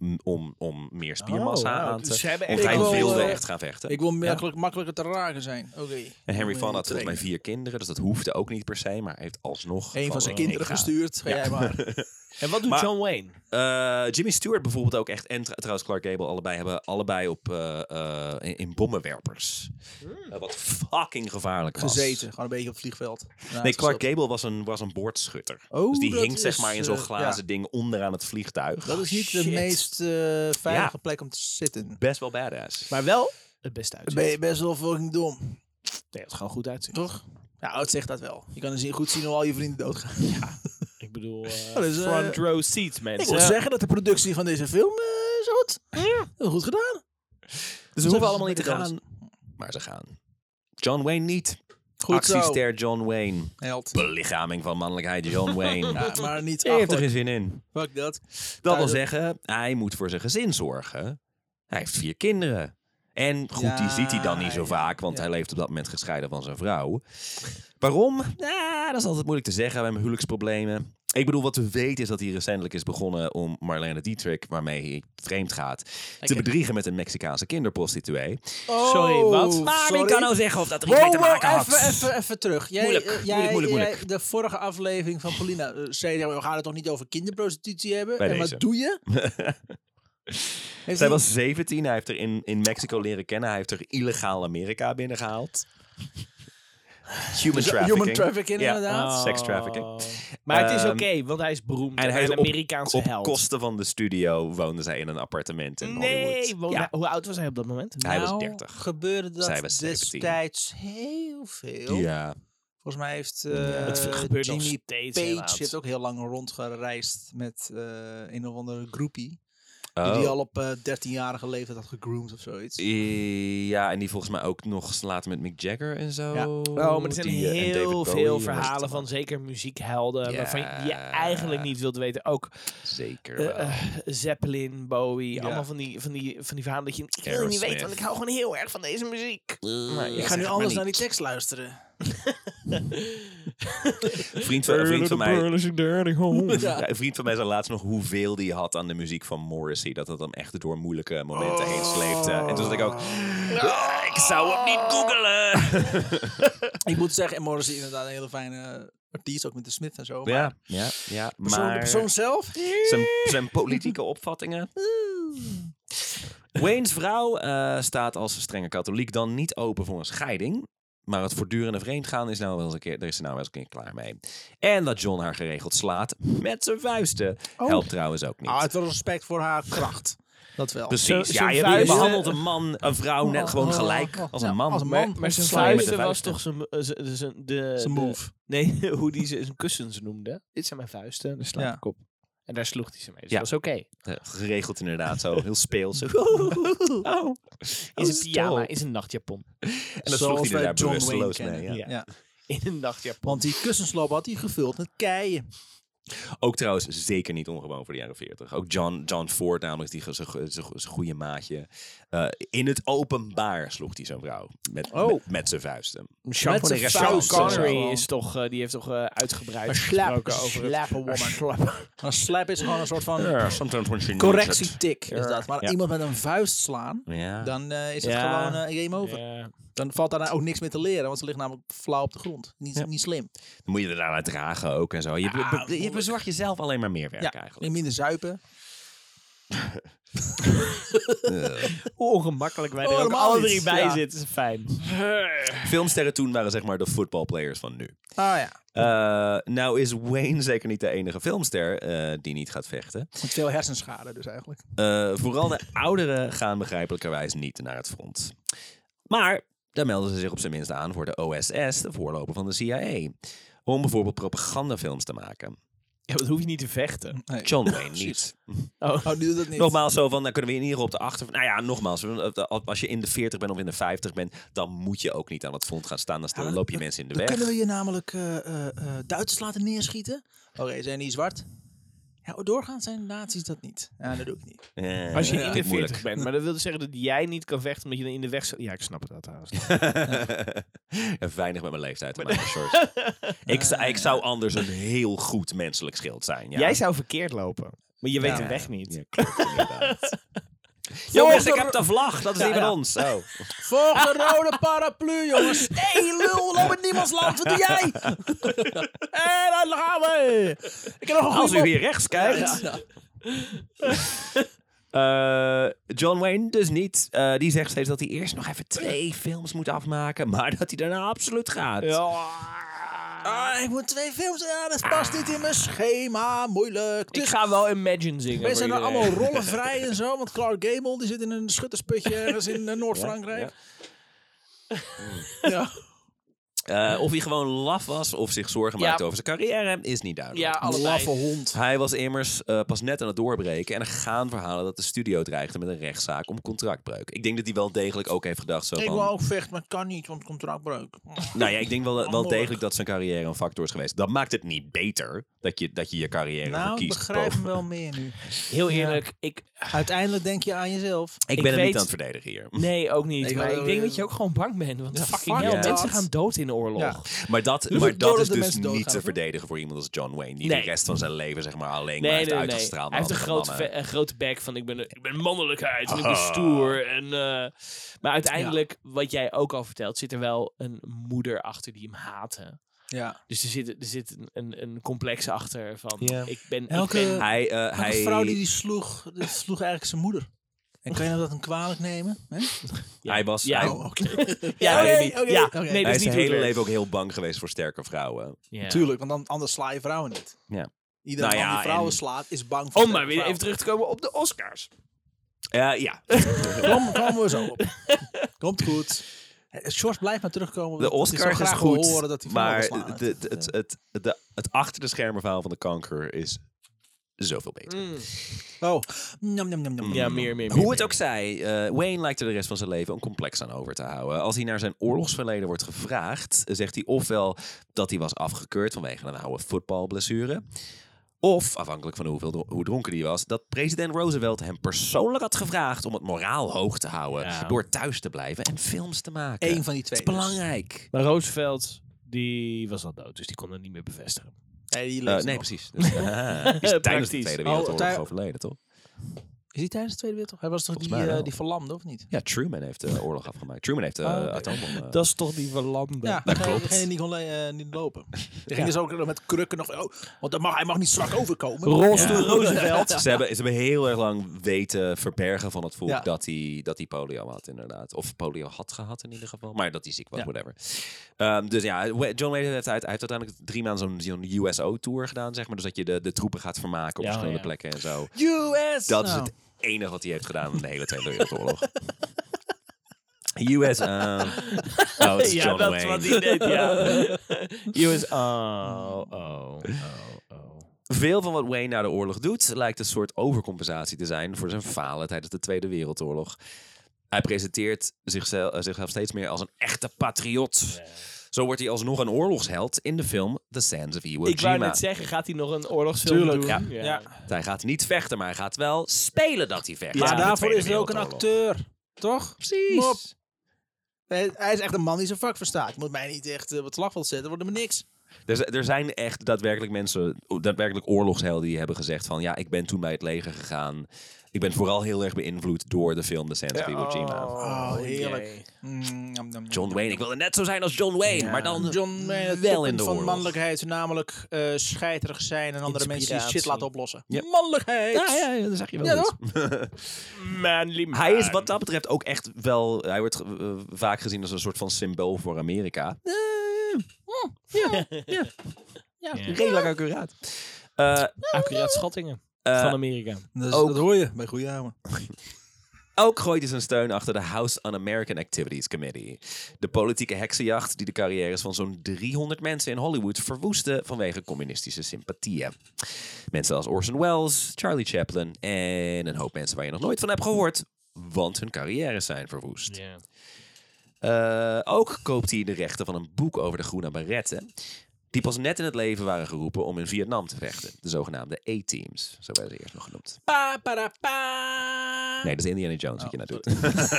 om meer spiermassa wauw. aan te... Dus ze hebben Want echt hij wel, wilde eh, echt gaan vechten. Ik wil makkelijker te raken zijn. Oké. En Henry Fonda had volgens mij 4 kinderen, dus dat hoefde ook niet per se, maar hij heeft alsnog... Een van zijn ik kinderen ga. gestuurd. Ga jij maar. En wat doet Maar- John Wayne? Jimmy Stewart bijvoorbeeld ook echt, en trouwens Clark Gable allebei, hebben allebei op in bommenwerpers. Wat fucking gevaarlijk was. Gezeten. Gewoon een beetje op het vliegveld. Ja, Nee, het Clark is Gable was een boordschutter. Oh, dus die dat hing zeg is, maar in zo'n glazen ja. ding onderaan het vliegtuig. Dat is niet de Shit. meest veilige Ja. plek om te zitten. Best wel badass. Maar wel het beste Dan uitzicht. ben je best wel fucking dom. Nee, het is gewoon goed uitzicht. Toch? Ja, het zegt dat wel. Je kan dus goed zien hoe al je vrienden doodgaan. Ik bedoel, dus, front row seats, Ik mensen. moet zeggen dat de productie van deze film is goed. Heel goed gedaan. Dus ze hoeven allemaal niet te gaan. Maar ze gaan. John Wayne niet. Goed zo. Actiester John Wayne. Held. Belichaming van mannelijkheid John Wayne. Ja, maar niet Hij heeft er geen achterlijk. zin in. Fuck dat. Dat wil zeggen, hij moet voor zijn gezin zorgen. Hij heeft 4 kinderen. En goed, Ja, die ziet hij dan niet zo ja, vaak, want ja. hij leeft op dat moment gescheiden van zijn vrouw. Waarom? Nou, dat is altijd moeilijk te zeggen. We hebben huwelijksproblemen. Ik bedoel, wat we weten is dat hij recentelijk is begonnen om Marlene Dietrich, waarmee hij vreemd gaat, te bedriegen met een Mexicaanse kinderprostituee. Sorry, wat? Maar sorry. wie kan nou zeggen of dat er iets mee te maken had? Even terug. Jij, Moeilijk. jij- de vorige aflevering van Paulina zei, we gaan het toch niet over kinderprostitutie hebben? Bij en deze. wat doe je? Heeft Zij hij- was 17, hij heeft er in Mexico leren kennen. Hij heeft er illegaal Amerika binnengehaald. Human trafficking. Human trafficking, Ja. inderdaad. Sex trafficking. Oh. Maar het is Ehm, oké, want hij is beroemd. En En hij hij is is een Amerikaanse op held. kosten van de studio woonden zij in een appartement in Nee, Hollywood. ja. Ja. Hoe oud was hij op dat moment? Hij was Nou, 30. gebeurde dat Zij was 17. destijds heel veel. Ja. Volgens mij heeft Het gebeurt nog Jimmy steeds Page helaas. heeft ook heel lang rondgereisd met een of andere groepie. Die al op 13-jarige leeftijd had gegroomd of zoiets. Ja, en die volgens mij ook nog later met Mick Jagger en zo. Ja. Oh, maar er zijn Die, en David heel Bowie veel en verhalen van zeker muziekhelden. Ja. Waarvan je eigenlijk niet wilt weten. Ook Zeker wel. Zeppelin, Bowie. Ja. Allemaal van die verhalen dat je... Ik wil het niet Aerosmith. weten, want ik hou gewoon heel erg van deze muziek. Maar Ik ga nu anders naar die tekst luisteren. Vriend van mij... Ja. Ja, een vriend van mij zei laatst nog hoeveel die had aan de muziek van Morrissey. Dat het hem echt door moeilijke momenten heen sleepte. En toen dacht ik ook... ik zou hem niet googelen. Ik moet zeggen, Morrissey is inderdaad een hele fijne artiest. Ook met de Smith en zo. Ja, Maar ja. de Maar persoon zelf? zijn politieke opvattingen... Wayne's vrouw staat als strenge katholiek dan niet open voor een scheiding. Maar het voortdurende vreemdgaan is nou wel eens een keer, daar is ze nou wel eens een keer klaar mee. En dat John haar geregeld slaat met zijn vuisten helpt trouwens ook niet. Ah, het was respect voor haar kracht. Dat wel. Precies, ja, zijn je vuisten- behandelt een vrouw net gewoon gelijk als een man. als een man. Maar zijn Slaan je met de vuisten was vuisten. toch zijn Zijn move. Nee, hoe die zijn kussens noemde. Dit zijn mijn vuisten, daar slaat Ja. ik op. En daar sloeg hij ze mee. Dus Ja. dat was oké. Geregeld inderdaad, zo heel speels. Zo. Oh. In zijn stom. pyjama, in zijn nachtjapon. En dan Zoals sloeg hij er wij daar John bewusteloos Wayne mee. Ja. kennen. Ja. In een nachtjapon. Want die kussensloop had hij gevuld met keien. Ook trouwens zeker niet ongewoon voor de jaren 40. Ook John Ford namelijk, zijn goede maatje. In het openbaar sloeg hij zo'n vrouw. Met zijn vuisten. Sean Met zijn Sean vuisten. Connery Gewoon. is toch, die heeft toch uitgebreid Een gesproken over slappe woman. Een slap is gewoon een soort van Sometimes when she needs correctietik. Is dat. Maar Ja. iemand met een vuist slaan, Ja. dan is het Ja. gewoon game over. Ja. Dan valt daar ook niks meer te leren, want ze ligt namelijk flauw op de grond. Niet slim. Dan moet je er daarna dragen ook en zo. Je bezorgt jezelf alleen maar meer werk Ja, eigenlijk. minder zuipen. Hoe ongemakkelijk wij er ook helemaal alle niet. drie bij Ja. zitten. Is fijn. Filmsterren toen waren zeg maar de footballplayers van nu. Ah ja. Nou is Wayne zeker niet de enige filmster die niet gaat vechten. Met veel hersenschade dus eigenlijk. Vooral de ouderen gaan begrijpelijkerwijs niet naar het front. Maar daar melden ze zich op zijn minst aan voor de OSS, de voorloper van de CIA. Om bijvoorbeeld propagandafilms te maken. Ja, dat hoef je niet te vechten. Nee. John Wayne niet. Oh, die doet dat niet. Nogmaals zo van, dan kunnen we in ieder geval op de achter... Nou ja, nogmaals, als je in de 40 bent of in de 50 bent, dan moet je ook niet aan het front gaan staan. Dan loop je mensen in de Dan weg. kunnen we je namelijk Duitsers laten neerschieten. Oké, zijn die zwart? Ja, doorgaans zijn nazi's dat niet. Ja, dat doe ik niet. Als je in de vind 40 ik moeilijk. bent. Maar dat wil dus zeggen dat jij niet kan vechten omdat je dan in de weg staat. Ja, ik snap het wel trouwens. En weinig met mijn leeftijd te maken, George. Ik zou anders een heel goed menselijk schild zijn. Ja. Jij zou verkeerd lopen. Maar je weet Ja. de weg niet. Ja, klopt, inderdaad. Jongens, ik heb de vlag. Dat is niet van ons. Oh. Volg de rode paraplu, jongens. Hé, lul, loop in niemands land. Wat doe jij? En dan gaan we. Ik heb nog een Als goede u hier rechts kijkt. John Wayne dus niet. Die zegt steeds dat hij eerst nog even 2 films moet afmaken. Maar dat hij daarna absoluut gaat. ik moet 2 films. Ja, dat past niet in mijn schema. Moeilijk. Ik Dus ga wel Imagine zingen. wij voor zijn er iedereen. allemaal rollenvrij en zo. Want Clark Gable die zit in een schuttersputje ergens in Noord-Frankrijk. Ja. Of hij gewoon laf was of zich zorgen maakte over zijn carrière, is niet duidelijk. Ja, allebei. Laffe hond. Hij was immers pas net aan het doorbreken. En er gaan verhalen dat de studio dreigde met een rechtszaak om contractbreuk. Ik denk dat hij wel degelijk ook heeft gedacht zo Ik van... wou ook vechten, maar het kan niet, want contractbreuk. Nou ja, ik denk wel Moeilijk. degelijk dat zijn carrière een factor is geweest. Dat maakt het niet beter dat je carrière Nou, ik verkiest. begrijp hem boven- wel meer nu. Heel eerlijk, Uiteindelijk denk je aan jezelf. Ik ik ben hem weet- niet aan het verdedigen hier. Nee, ook niet. Ik maar wil- ik denk dat je ook gewoon bang bent. Want Ja, fucking fuck hell, that. mensen gaan dood in de oorlog. Ja. Maar dat Dus is doordat dus de mensen niet doodgaan, te of? verdedigen voor iemand als John Wayne. Die Nee. de rest van zijn leven zeg maar alleen maar Nee, heeft nee, nee. uitgestraald. Hij heeft naar een andere grote, mannen. een grote bek van ik ben mannelijkheid en ik ben stoer. En, maar uiteindelijk, wat jij ook al vertelt, zit er wel een moeder achter die hem haatte. Ja. Dus er zit een complex achter van Ja. ik ben... Elke- Hij, Een vrouw die sloeg eigenlijk zijn moeder. En kan je nou dat een kwalijk nemen? Hè? hij was... Ja. hij- Oh, oké. Ja, Oké, nee, oké, ja, oké. nee, hij dat is is zijn niet hele hoe het leven ook heel bang geweest voor sterke vrouwen. werkt. Ja. Tuurlijk, want anders sla je vrouwen niet. Ja. Iedereen Nou die ja, vrouwen en- slaat is bang voor Om maar sterke weer even vrouwen. terug te komen op de Oscars. Ja. Komen we zo op. Komt goed. George blijft maar terugkomen. De want hij Oscars zou is graag goed, horen dat hij vrouwen maar slaan. het achter de schermen verhaal van de kanker is zoveel beter. Oh. Nam, nam, nam, nam. Ja, meer. Hoe het ook zij, Wayne lijkt er de rest van zijn leven een complex aan over te houden. Als hij naar zijn oorlogsverleden wordt gevraagd, zegt hij ofwel dat hij was afgekeurd vanwege een oude voetbalblessure. Of, afhankelijk van hoe dronken hij was, dat president Roosevelt hem persoonlijk had gevraagd om het moraal hoog te houden. Door thuis te blijven en films te maken. Eén van die twee. Dat is belangrijk. Maar Roosevelt, die was al dood, dus die kon het niet meer bevestigen. Nee, die leeft Nee, nog. precies. Dus, die is tijdens de Praktisch. Tweede Wereldoorlog Oh, overleden, toch? Is hij tijdens de Tweede Wereldoorlog? Hij was toch Volgens mij wel. die verlamde, of niet? Ja, Truman heeft de oorlog afgemaakt. Truman heeft de atoombom. Dat is toch die verlamde. Ja, dat klopt. degene die kon niet lopen. Er ging dus ook nog met krukken nog... Oh, want hij mag niet strak overkomen. Rolstoel Ja. Roosevelt. Ze hebben heel erg lang weten verbergen van het volk Ja. dat hij polio had, inderdaad. Of polio had gehad, in ieder geval. Maar dat hij ziek was, Ja. whatever. Dus ja, John Wayne heeft uiteindelijk 3 maanden zo'n USO-tour gedaan, zeg maar. Dus dat je de troepen gaat vermaken op Ja, verschillende ja. plekken en zo. US! Dat is Nou. het enige wat hij heeft gedaan in de hele Tweede Wereldoorlog. US, het is Ja, John dat is Wayne. wat hij deed, ja. US, Veel van wat Wayne na de oorlog doet, lijkt een soort overcompensatie te zijn voor zijn falen tijdens de Tweede Wereldoorlog. Hij presenteert zichzelf steeds meer als een echte patriot. Zo wordt hij alsnog een oorlogsheld in de film The Sands of Iwo Ik wou Jima. net zeggen, gaat hij nog een oorlogsfilm Tuurlijk, doen? ja. Hij gaat niet vechten, maar hij gaat wel spelen dat hij vecht. Maar in de daarvoor Tweede is hij ook een Wereldoorlog. acteur. Toch? Precies. Kom op. Hij is echt een man die zijn vak verstaat. Je moet mij niet echt op het slagveld zetten. Wordt er maar niks. Er zijn echt daadwerkelijk mensen, daadwerkelijk oorlogshelden die hebben gezegd van... ja, ik ben toen bij het leger gegaan. Ik ben vooral heel erg beïnvloed door de film The Sands of Iwo Jima. Oh, heerlijk. jee. John Wayne, ik wilde net zo zijn als John Wayne, maar dan John Wayne, het wel in toppunt de van oorlog. mannelijkheid, namelijk scheiterig zijn en andere mensen die Inspiratie. shit laten oplossen. Ja. Mannelijkheid! Ja, dat zeg je wel Ja, goed. toch? Manly man. Hij is wat dat betreft ook echt wel... Hij wordt vaak gezien als een soort van symbool voor Amerika. Ja. Redelijk accuraat. Accuraat schattingen van Amerika. Ook- Dat hoor je bij goede armen. Ook gooit hij zijn steun achter de House Un-American Activities Committee. De politieke heksenjacht die de carrières van zo'n 300 mensen in Hollywood verwoestte vanwege communistische sympathieën. Mensen als Orson Welles, Charlie Chaplin en een hoop mensen waar je nog nooit van hebt gehoord, want hun carrières zijn verwoest. Ja. Ook koopt hij de rechten van een boek over de groene baretten, die pas net in het leven waren geroepen om in Vietnam te vechten. De zogenaamde A-teams, zo werden ze eerst nog genoemd. Pa, para, pa. Nee, dat is Indiana Jones wat je nou doet.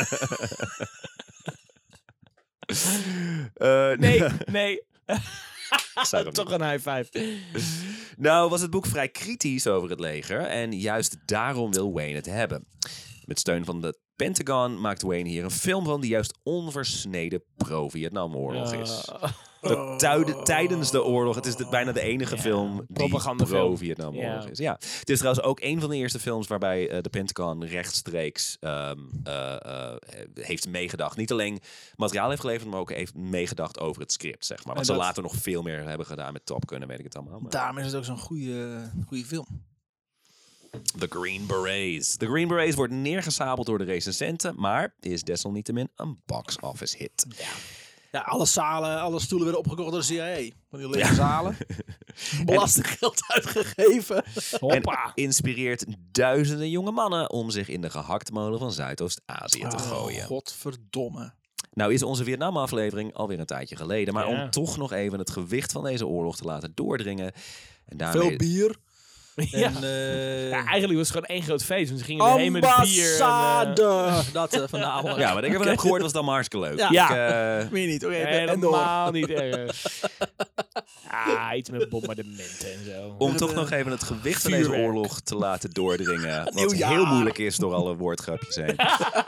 Nee. Zou dat Toch niet. een high five. Nou was het boek vrij kritisch over het leger en juist daarom wil Wayne het hebben. Met steun van de Pentagon maakt Wayne hier een film van die juist onversneden pro-Vietnamoorlog is. Tijdens de oorlog, het is bijna de enige film die propagandafilm. pro-Vietnamoorlog Ja. is. Ja. Het is trouwens ook een van de eerste films waarbij de Pentagon rechtstreeks heeft meegedacht. Niet alleen materiaal heeft geleverd, maar ook heeft meegedacht over het script, zeg maar. Wat En ze dat- later nog veel meer hebben gedaan met Top Gun en weet ik het allemaal. Maar... Daarom is het ook zo'n goede film. The Green Berets. The Green Berets wordt neergesabeld door de recensenten, maar is desalniettemin een box office hit. Ja, alle zalen, alle stoelen werden opgekocht door de CIA. Van die lege zalen. Belastinggeld uitgegeven. En inspireert duizenden jonge mannen om zich in de gehaktmolen van Zuidoost-Azië te gooien. Godverdomme. Nou is onze Vietnam-aflevering alweer een tijdje geleden, maar Ja. om toch nog even het gewicht van deze oorlog te laten doordringen. En daarmee... Veel bier. Ja. En, Ja, eigenlijk was het gewoon één groot feest. Want ze gingen erheen met bier. ambassade. Dat vanavond. Ja, wat ik ervan heb gehoord was dan maar hartstikke leuk. Ja. Ik, Meer niet. Oké, en door. Helemaal niet erg. Iets met bombardementen en zo. om toch nog even het gewicht van deze Vuurwerk. oorlog te laten doordringen. Wat Nieuwjaar. heel moeilijk is door alle woordgrapjes heen.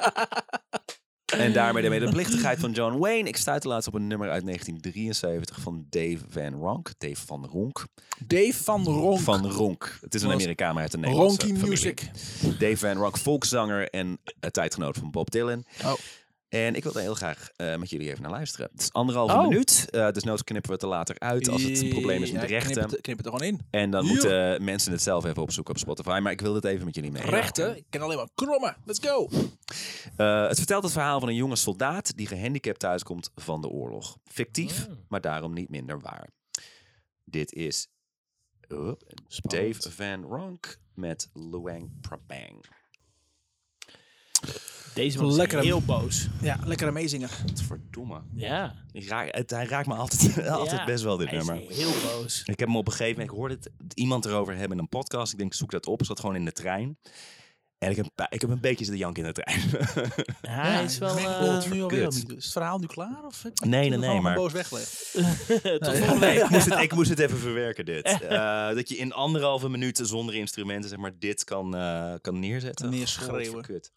En daarmee de medeplichtigheid van John Wayne. Ik stuitte laatst op een nummer uit 1973 van Dave Van Ronk. Dave van Ronk. Dave van Ronk. Van Ronk. Het is een Was- Amerikaan, maar uit de Nederlandse Ronky familie. Music. Dave Van Ronk, volkszanger en tijdgenoot van Bob Dylan. Oh. En ik wil er heel graag met jullie even naar luisteren. Het is 1,5 Oh. minuut. Dus nooit knippen we het er later uit als het een probleem is met de rechten. Knip het er gewoon in. En dan Hier. moeten mensen het zelf even opzoeken op Spotify. Maar ik wil dit even met jullie mee. Rechten? Ik ken alleen maar krommen. Let's go. Het vertelt het verhaal van een jonge soldaat die gehandicapt thuiskomt van de oorlog. Fictief, maar daarom niet minder waar. Dit is Dave Van Ronk met Luang Prabang. Deze man is Lekker. heel boos. Ja, lekkere meezinger. Verdomme. Ja. Hij raakt me altijd best wel, dit hij nummer. is heel boos. Ik heb hem op een gegeven moment, ik hoorde iemand erover hebben in een podcast. Ik denk, zoek dat op. Ik zat gewoon in de trein. En ik heb een beetje zitten janken in de trein. Hij is wel... nu alweer kut. niet. Is het verhaal nu klaar? Of heb je Nee, het gewoon maar... boos weggelegd? tot volgende week. Ik moest het even verwerken, dit. Dat je in 1,5 minuut zonder instrumenten, zeg maar, dit kan neerzetten. Neerschreeuwen. Godverkut.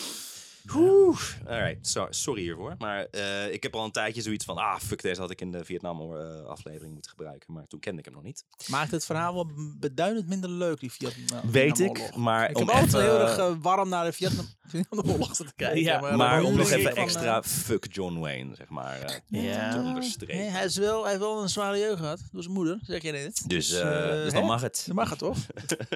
Alright, sorry hiervoor. Maar ik heb al een tijdje zoiets van... fuck, deze had ik in de Vietnam-aflevering moeten gebruiken. Maar toen kende ik hem nog niet. Maakt het verhaal wel beduidend minder leuk, die Vietnamoorlog. Weet ik, maar Ik om heb altijd even... heel erg warm naar de Vietnamoorlog te kijken. Ja, Maar nu om nog denk ik even van, extra fuck John Wayne, zeg maar, te onderstrepen. Nee, hij heeft wel een zware jeugd gehad door zijn moeder, zeg je dit. Dus dan mag het. Dan mag het, toch?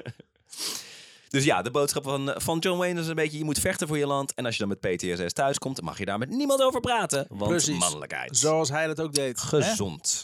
Dus ja, de boodschap van John Wayne is een beetje... je moet vechten voor je land. En als je dan met PTSS thuis komt... mag je daar met niemand over praten. Want Precies. mannelijkheid. Zoals hij dat ook deed. Gezond.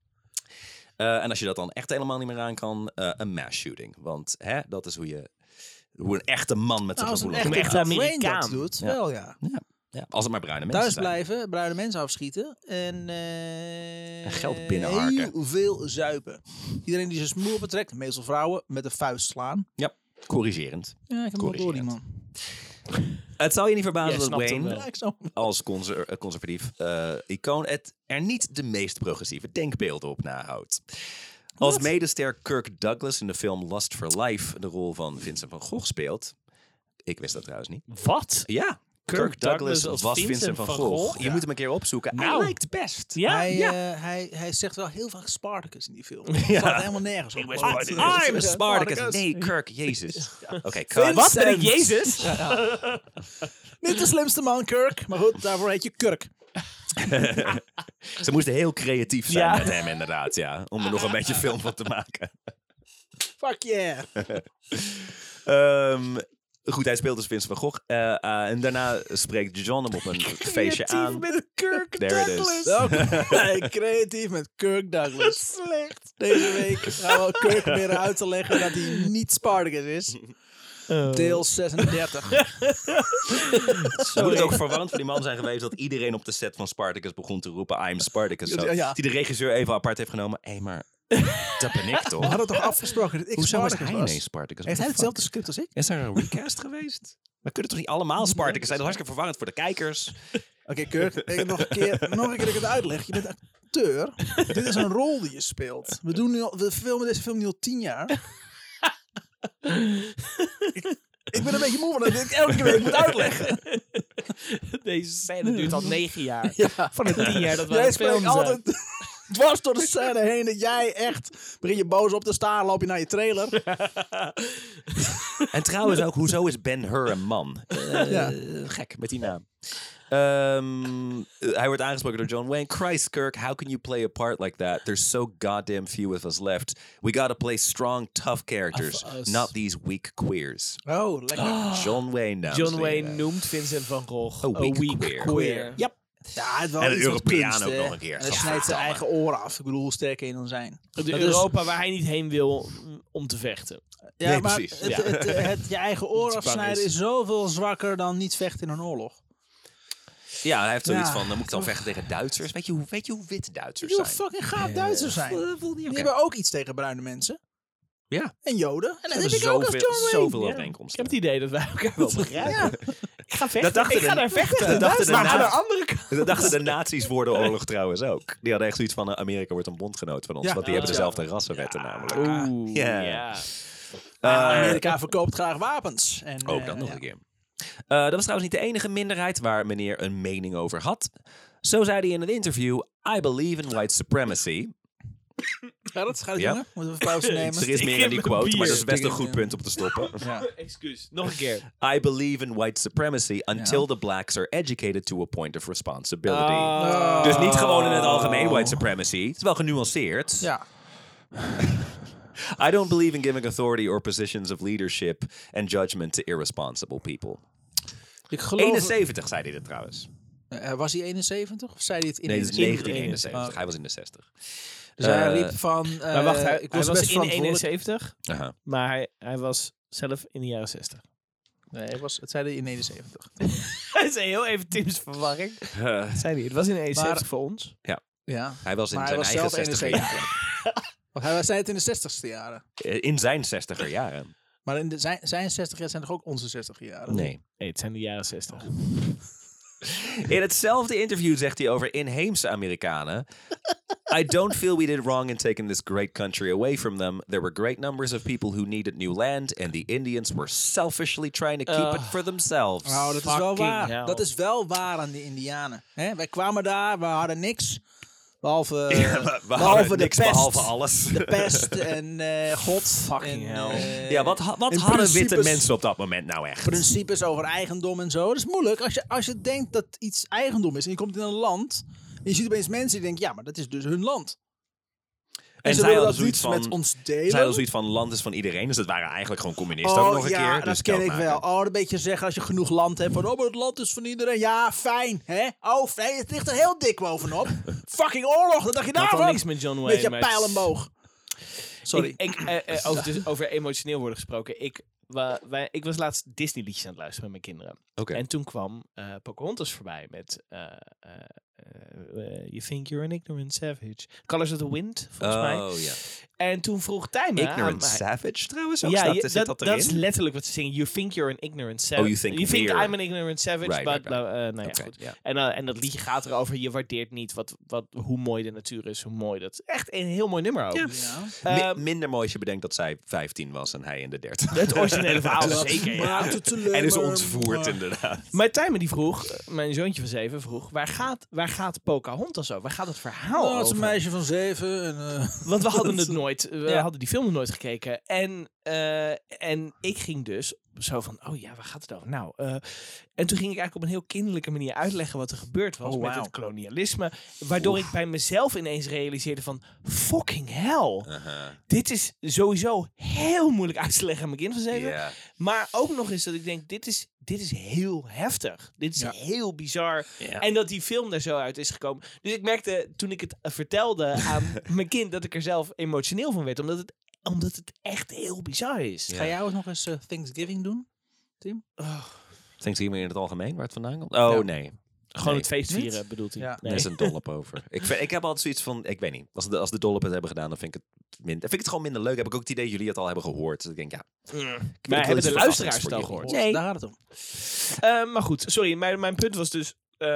En als je dat dan echt helemaal niet meer aan kan... een mass shooting. Want dat is hoe een echte man met zijn Als een gevoelens... echte echte Amerikaan. Wayne dat doet, Ja. wel ja. Ja, als het maar bruine mensen Thuis zijn. blijven, bruine mensen afschieten en geld binnenharken. heel veel zuipen. Iedereen die zijn smoel betrekt, meestal vrouwen, met een vuist slaan. Ja, corrigerend. Ja, ik heb hem wel door die man. Het zal je niet verbazen Jij dat snapt hem Wayne... wel. Ja, ik snap hem. als conservatief icoon er niet de meest progressieve denkbeelden op nahoudt. Als medester Kirk Douglas in de film Lust for Life de rol van Vincent van Gogh speelt. Ik wist dat trouwens niet. Wat? Ja, Kirk Douglas als was Vincent Vincent van van Gogh. Gogh? Je moet hem een keer opzoeken. Nou. Hij lijkt best. Ja? Hij zegt wel heel vaak Spartacus in die film. Het slaat helemaal nergens op. ben Spartacus. I'm Spartacus. Nee, Kirk, Jezus. Oké, Vincent. Wat ben ik, Jezus? Niet de slimste man, Kirk. Maar goed, daarvoor heet je Kirk. Ze moesten heel creatief zijn Ja. met hem inderdaad, ja. Om er nog een beetje film van te maken. Fuck yeah. Goed, hij speelt dus Vincent van Gogh. En daarna spreekt John hem op een feestje aan. met Kirk There it is. Douglas. Creatief met Kirk Douglas. Slecht. Deze week gaan we Kirk weer uit te leggen dat hij niet Spartacus is. Deel 36. Het moet ook verwarrend voor die man zijn geweest dat iedereen op de set van Spartacus begon te roepen I'm Spartacus. Zo. Ja. Die de regisseur even apart heeft genomen. Hé, maar dat ben ik We toch? hadden toch afgesproken dat ik Hoezo is Spartacus hij was? ineens Spartacus? Heeft hij What the hetzelfde script als ik? fuck? Is er een recast geweest? We kunnen toch niet allemaal Spartacus zijn? Dat is hartstikke verwarrend voor de kijkers. Oké, Kirk, nog een keer dat ik het uitleg. Je bent acteur. Dit is een rol die je speelt. We filmen deze film nu al 10 jaar. Ik ben een beetje moe van dat ik elke keer moet uitleggen. Deze scène duurt al 9 jaar. Ja. Van de 10 jaar dat we aan Jij het spreekt filmen zijn. altijd dwars door de scène heen dat jij echt... Begin je boos op te staan, loop je naar je trailer. En trouwens ook, hoezo is Ben-Hur een man? Ja. Gek, met die naam. Hij wordt aangesproken door John Wayne. Christ, Kirk, how can you play a part like that? There's so goddamn few of us left. We gotta play strong, tough characters, Of us. not these weak queers. Oh, lekker. John Wayne, dames John en Wayne heren. noemt Vincent van Gogh A weak queer. Yep. Ja, het wel En een iets van Europeaan kunst, ook hè. nog een keer. En hij snijdt zijn eigen oren af. Ik bedoel, hoe sterk kan je dan zijn? De Dat is- Europa waar hij niet heen wil om te vechten. Ja, Nee, maar precies. je eigen oren Iets bang afsnijden is. is zoveel zwakker dan niet vechten in een oorlog. Ja, hij heeft zoiets Ja. van, dan moet ik dan vechten tegen Duitsers. Weet je hoe wit Duitsers Die wil zijn? fucking gaaf Duitsers zijn. Die hebben ook iets tegen bruine mensen. Ja. En Joden. En dat Ze heb hebben ik ook als John Wayne. zoveel Ja. Ik overeenkomsten. heb het idee dat wij elkaar wel begrijpen. Ja. Ik ga vechten. Dat dachten Ik ga de- daar vechten. dat dachten de maar aan de na- andere kant. Dat dachten de nazi's voor de oorlog trouwens ook. Die hadden echt zoiets van, Amerika wordt een bondgenoot van ons. Ja. Want die hebben Ja. dezelfde rassenwetten namelijk. Oeh, Ja. ja. Amerika verkoopt graag wapens. En, Ook dan nog ja. een keer. Dat was trouwens niet de enige minderheid waar meneer een mening over had. Zo zei hij in een interview, I believe in white supremacy. Gaat het, Ja. jongen? Moeten we pauze nemen? Er is meer in die quote, maar dat is best een goed punt om te stoppen. Excuus. Nog een keer. I believe in white supremacy until the blacks are educated to a point of responsibility. Oh. Dus niet gewoon in het algemeen white supremacy. Het is wel genuanceerd. Ja. I don't believe in giving authority or positions of leadership and judgment to irresponsible people. Ik geloof... 71 zei hij dit trouwens. Was hij 71? Of zei hij het in Nee, dat is 1971? 1971. Hij was in de 60. Dus hij riep van... maar wacht, hij ik was was best in verantwoordelijk. 71, Aha. maar hij was zelf in de jaren 60. Nee, het zei hij in 79. Hij zei heel even Tim's verwarring. Dat zei hij. Het was in 71 Maar- voor ons. Ja. Hij was in Maar zijn hij was eigen zelf 60er 71. jaren. Want hij zei het in de 60ste jaren. In zijn 60er jaren. Maar in zijn 60 jaar zijn toch ook onze 60 jaren? Nee. Nee, het zijn de jaren 60. In hetzelfde interview zegt hij over inheemse Amerikanen. I don't feel we did wrong in taking this great country away from them. There were great numbers of people who needed new land, and the Indians were selfishly trying to keep it for themselves. Nou, dat is wel Fucking waar. hell. Dat is wel waar aan de Indianen. Hè? Wij kwamen daar, we hadden niks. Behalve, We behalve hadden de niks pest. behalve alles. De pest en God. Fucking en, hell. Ja, wat en hadden witte principes- mensen op dat moment nou echt? Principes over eigendom en zo. Dat is moeilijk. Als je denkt dat iets eigendom is en je komt in een land... en je ziet opeens mensen die denken... ja, maar dat is dus hun land. En ze zij willen hadden dat niet zoiets van... met ons Zij delen. hadden zoiets van land is van iedereen. Dus het waren eigenlijk gewoon communisten ook nog een ja, keer. Dus dat ken ik maken. wel. Oh, een beetje zeggen als je genoeg land hebt. Van, oh, maar het land is van iedereen. Ja, fijn. Hè? Oh, fijn. Het ligt er heel dik bovenop. Fucking oorlog. Dat dacht je Dat had daarvan? niks met John Wayne. Met je maar pijl het en is- boog. Sorry. Over emotioneel worden gesproken. Ik was laatst Disney liedjes aan het luisteren met mijn kinderen. Oké. En toen kwam Pocahontas voorbij met You Think You're an Ignorant Savage. Colors of the Wind, volgens mij. Oh ja. En toen vroeg Tijmen aan Ignorant mij- Savage trouwens ook. Ja, Zit dat dat erin? is letterlijk wat ze zingen. You think you're an ignorant savage. Oh, you think we're- I'm an ignorant savage, Right, but... right, right. nou ja, Oké, goed. ja. En dat liedje gaat erover, je waardeert niet hoe mooi de natuur is, hoe mooi dat... Echt een heel mooi nummer ook. Ja. Ja. Minder mooi als je bedenkt dat zij 15 was en hij in de 30. Het originele verhaal, Dat zeker, ja. maakt het alleen En is maar ontvoerd mooi. inderdaad. Maar Tijmen die vroeg, mijn zoontje van 7 vroeg, waar gaat Pocahontas over? Waar gaat het verhaal Nou, het is over? een meisje van 7. En, Want we hadden het nooit, we Ja. hadden die film nog nooit gekeken. En ik ging dus zo van, oh ja, waar gaat het over? Nou, en toen ging ik eigenlijk op een heel kinderlijke manier uitleggen wat er gebeurd was Oh, met wauw. het kolonialisme. Waardoor ik bij mezelf ineens realiseerde van, fucking hell. Dit is sowieso heel moeilijk uit te leggen aan mijn kind van 7. Ja. Maar ook nog eens dat ik denk, dit is heel heftig. Dit is Ja. heel bizar. Ja. En dat die film daar zo uit is gekomen. Dus ik merkte toen ik het vertelde aan mijn kind dat ik er zelf emotioneel van werd. Omdat het echt heel bizar is. Ja. Ga jij ook nog eens Thanksgiving doen, Tim? Thanksgiving in het algemeen, waar het vandaan komt? Oh, Ja. nee. Gewoon Nee. het feest vieren bedoelt hij. Ja. Nee. Er is een dollop over. Ik heb altijd zoiets van, ik weet niet. Als de dollop het hebben gedaan, dan vind ik het gewoon minder leuk. Heb ik ook het idee dat jullie het al hebben gehoord. Dus ik denk, ja. Maar wel hebben iets de verrassends luisteraars voor het al jullie. gehoord? Nee. Daar gaat het om. Maar goed, sorry. Mijn punt was dus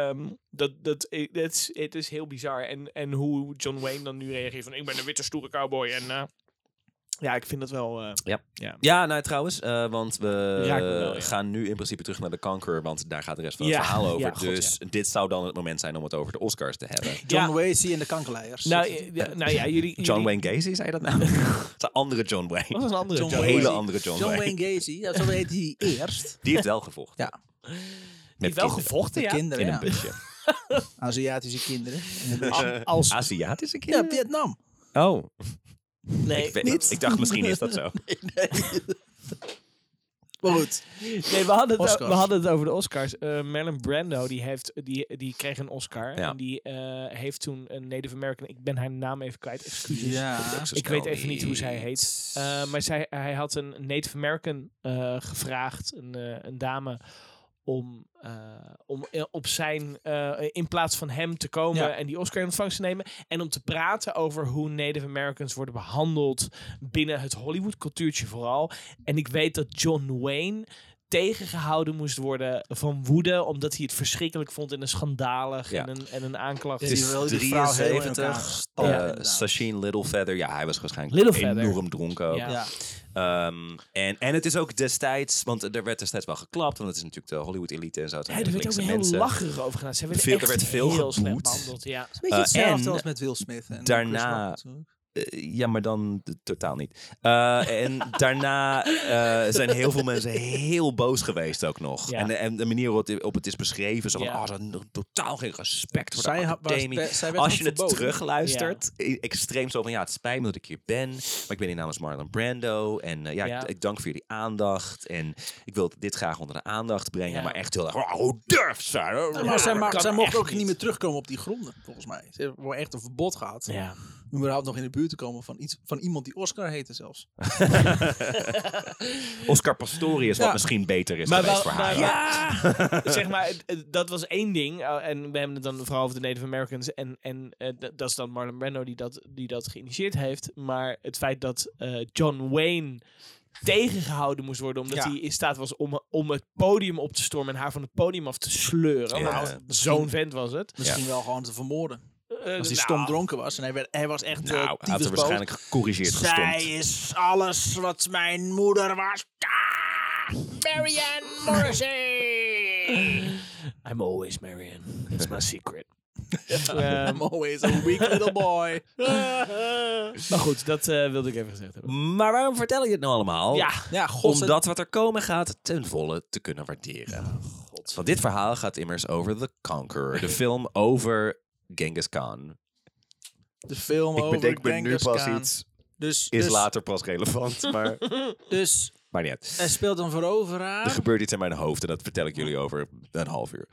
het is heel bizar. En hoe John Wayne dan nu reageert van ik ben een witte stoere cowboy. En ja, ik vind dat wel... Ja, nou trouwens, want we Raakt me wel, ja. gaan nu in principe terug naar de Conqueror, want daar gaat de rest van het Ja, verhaal over. ja, god, dus dit zou dan het moment zijn om het over de Oscars te hebben. John Wasey en de kankerleiers. Nou ja, jullie... John Wayne Gacy, zei je dat nou? Het is een andere John Dat Wayne. was een andere John Een John Wayne. hele Wayne. andere John, John Wayne. Wayne Gacy, ja, zo heet hij eerst. Die heeft wel gevochten. Ja, Die heeft wel gevochten, ja. kinderen, In ja. een busje. Aziatische kinderen. In een bus. Als... Aziatische Ja, kinderen? Vietnam. Oh, Nee, ik dacht misschien is dat zo. Maar goed. Nee, we hadden het over de Oscars. Marlon Brando, die kreeg een Oscar. Ja. En die heeft toen een Native American... Ik ben haar naam even kwijt, excuses. Ja. Ik weet even niet hoe zij heet. Maar hij had een Native American gevraagd, een dame, om op zijn, in plaats van hem te komen Ja. en die Oscar in ontvangst te nemen. En om te praten over hoe Native Americans worden behandeld binnen het Hollywood cultuurtje vooral. En ik weet dat John Wayne tegengehouden moest worden van woede, omdat hij het verschrikkelijk vond en een schandalig Ja. en een aanklacht. Ja, Het die is wil die vrouw heel in elkaar 73. stampen, Ja. inderdaad. Sacheen Littlefeather. Ja, hij was waarschijnlijk Littlefeather. enorm dronken ook. Ja. Ja. En het is ook destijds, want er werd destijds wel geklapt, want het is natuurlijk de Hollywood-elite en zo. Het zijn Ja, er werd ook linkse heel mensen. lacherig over gedaan. Ze hebben Er echt werd veel heel slecht geboet. behandeld. Ja. Een beetje hetzelfde en als met Will Smith. En daarna- Chris Rock natuurlijk. Ja, maar dan totaal niet. En daarna zijn heel veel mensen heel boos geweest ook nog. Ja. En de manier waarop het is beschreven, zo van, Ja. ze hadden totaal geen respect voor Zij de was academie. zij werd Als ook je het verboden. terugluistert, extreem zo van, ja, het spijt me dat ik hier ben, maar ik ben hier namens Marlon Brando. En Ja. ik dank voor jullie aandacht. En ik wil dit graag onder de aandacht brengen, Ja. maar echt heel erg, hoe durft ze? Ja, maar zij kan mocht echt ook niet. niet meer terugkomen op die gronden, volgens mij. Ze hebben gewoon echt een verbod gehad. Ja. Om überhaupt nog in de buurt te komen van iemand die Oscar heette zelfs. Oscar Pistorius, wat Ja. misschien beter is Maar geweest wel- voor haar. maar- zeg maar, dat was één ding. En we hebben het dan vooral over de Native Americans. En dat is dan Marlon Brando die dat geïnitieerd heeft. Maar het feit dat John Wayne tegengehouden moest worden omdat hij in staat was om het podium op te stormen en haar van het podium af te sleuren. Ja. Want zo'n vent was het. Misschien wel gewoon te vermoorden. Als hij Nou, stom dronken was. En hij was echt Nou, hij had er tyfusboos. waarschijnlijk gecorrigeerd Zij gestompt. is alles wat mijn moeder was. Ah! Marianne Morrissey! I'm always Marianne. It's my secret. I'm always a weak little boy. Maar goed, dat wilde ik even gezegd hebben. Maar waarom vertel ik dit nou allemaal? Ja, god. Omdat wat er komen gaat ten volle te kunnen waarderen. Want dit verhaal gaat immers over The Conqueror. De film over Genghis Khan. De film Ik over bedenk me nu Genghis pas Khan. iets. Dus Is later pas relevant, maar Dus maakt niet uit. hij speelt een veroveraar. Er gebeurt iets in mijn hoofd en dat vertel ik jullie over een half uur.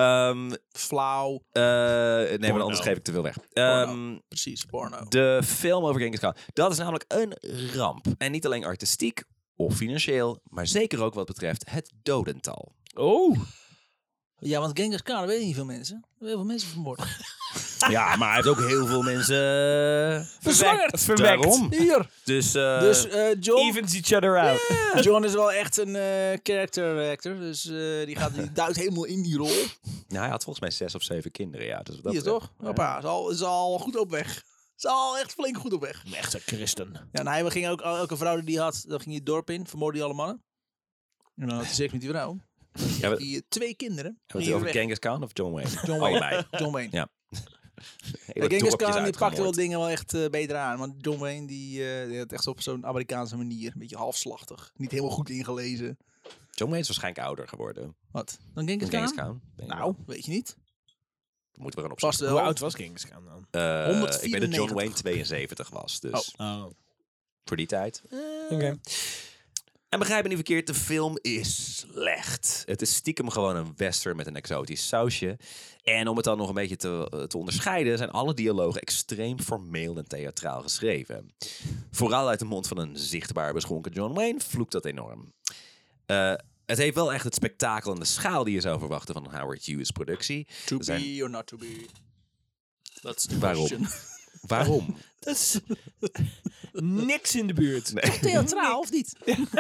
Flauw. Nee, maar anders geef ik te veel weg. Precies, porno. De film over Genghis Khan. Dat is namelijk een ramp. En niet alleen artistiek of financieel, maar zeker ook wat betreft het dodental. Oh. Ja, want Genghis Khan, dat weten niet veel mensen. Heel veel mensen vermoord. Ja, maar hij heeft ook heel veel mensen Verzwangerd. Daarom. Hier. Dus, Dus John... Evens each other out. John is wel echt een character actor. Dus die duikt helemaal in die rol. nou, hij had volgens mij 6 of 7 kinderen. Ja, dus dat Die is betreft- toch? Hoppa, is al goed op weg. Is al echt flink goed op weg. Een echte christen. Ja, en hij ging ook elke vrouw die hij had, dan ging hij het dorp in. Vermoordde hij alle mannen. En dan had hij seks met die vrouw. Ja, we- Die 2 kinderen. Hebben we Gingen het over weg. Genghis Khan of John Wayne? John Wayne. Allebei. John Wayne. Ja. Ja, Hele Genghis dorpjes Khan die pakte wel uitgemoord. dingen wel echt beter aan. Maar John Wayne die had echt op zo'n Amerikaanse manier. Een beetje halfslachtig. Niet helemaal goed ingelezen. John Wayne is waarschijnlijk ouder geworden. Wat? Dan Genghis Dan Khan? Genghis Khan. Denk ik Nou, wel. weet je niet. Moeten we gaan Vast opzoeken. wel. Hoe oud was Genghis Khan dan? Ik weet dat 194. John Wayne 72 was. Dus Oh. voor die tijd. Oké. En begrijp me niet verkeerd, de film is slecht. Het is stiekem gewoon een western met een exotisch sausje. En om het dan nog een beetje te onderscheiden, zijn alle dialogen extreem formeel en theatraal geschreven. Vooral uit de mond van een zichtbaar beschonken John Wayne vloekt dat enorm. Het heeft wel echt het spektakel en de schaal die je zou verwachten van een Howard Hughes productie. To Er zijn- be or not to be. That's the Waarom? question. Waarom? Dat is niks in de buurt. Theatraal of niet?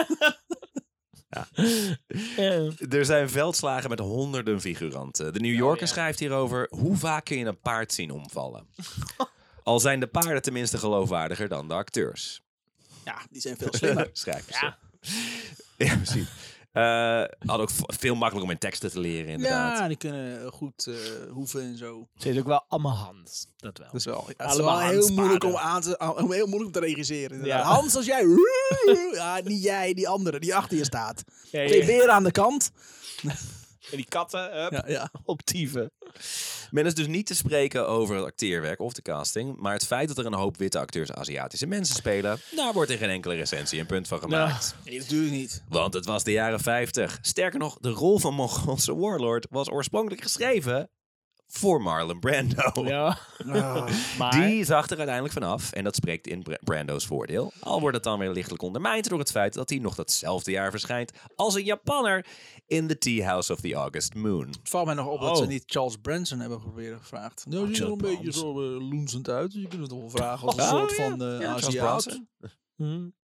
Er zijn veldslagen met honderden figuranten. De New Yorker schrijft hierover: hoe vaak kun je een paard zien omvallen? Al zijn de paarden tenminste geloofwaardiger dan de acteurs. Ja, die zijn veel slimmer. Schrijven ze. Ja, precies. Had ook veel makkelijker om in teksten te leren, inderdaad. Ja, die kunnen goed hoeven en zo. Ze heeft ook wel allemaal hand. Dat wel. Dat is wel, het is Allemaal wel heel moeilijk handspaden. heel moeilijk om te regisseren. inderdaad. Ja. Hans, als jij... Ja, niet jij, die andere, die achter je staat. Ja, Twee ja. beren aan de kant. En die katten Ja. op dieven. Men is dus niet te spreken over het acteerwerk of de casting. Maar het feit dat er een hoop witte acteurs Aziatische mensen spelen, daar wordt in geen enkele recensie een punt van gemaakt. Nee, natuurlijk niet. Want het was de jaren 50. Sterker nog, de rol van Mongoolse warlord was oorspronkelijk geschreven voor Marlon Brando. Ja. Maar Die zag er uiteindelijk vanaf en dat spreekt in Brando's voordeel. Al wordt het dan weer lichtelijk ondermijnd door het feit dat hij nog datzelfde jaar verschijnt als een Japanner in The Tea House of the August Moon. Het valt mij nog op dat ze niet Charles Branson hebben proberen gevraagd. Nou, die ziet er een Charles beetje zo loensend uit. Dus je kunt het toch wel vragen als een Oh, soort ja. van Charles Aziat. Bronson.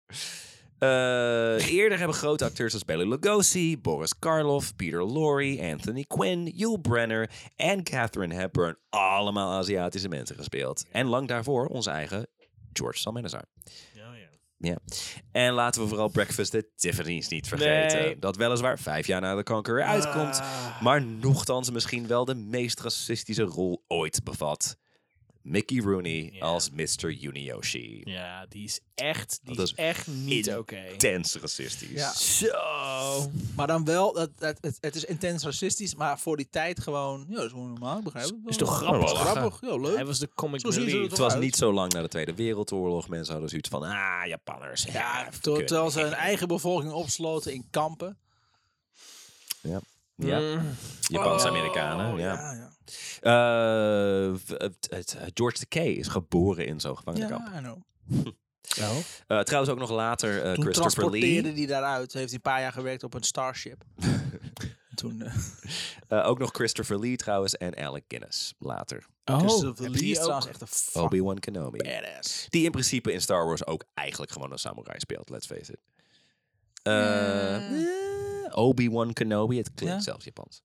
Eerder hebben grote acteurs als Bela Lugosi, Boris Karloff, Peter Lorre, Anthony Quinn, Yul Brynner en Katharine Hepburn allemaal Aziatische mensen gespeeld. En lang daarvoor onze eigen George Salmanazar. Ja. En laten we vooral Breakfast at Tiffany's niet vergeten. Nee. Dat weliswaar 5 jaar na de Conqueror uitkomt, maar nochtans misschien wel de meest racistische rol ooit bevat. Mickey Rooney als Mr. Yunioshi. Ja, die is echt, Dat is echt niet oké. Intens racistisch. Ja. Zo. Maar dan wel, het is intens racistisch, maar voor die tijd gewoon, ja, dat is gewoon normaal, ik begrijp het. Is toch grappig? Dat is grappig, ja, leuk. Hij was de comic Zo zien ze relief. Het was uit. niet zo lang na de Tweede Wereldoorlog. Mensen hadden zoiets van, Japanners. Ja, kut. terwijl ze hun eigen bevolking opsloten in kampen. Ja. Ja. Japanse Amerikanen, ja. ja. George Takei is geboren in zo'n gevangenenkamp. Ja, I know. Trouwens ook nog later Toen Christopher transporteerde Lee. hij daaruit. Heeft hij een paar jaar gewerkt op een Starship. Toen... Ook nog Christopher Lee trouwens en Alec Guinness later. Christopher heb Lee je is ook? trouwens echt een fuck Obi-Wan Kenobi. badass. Die in principe in Star Wars ook eigenlijk gewoon een samurai speelt, let's face it. Obi-Wan Kenobi, het klinkt Ja? zelfs Japans.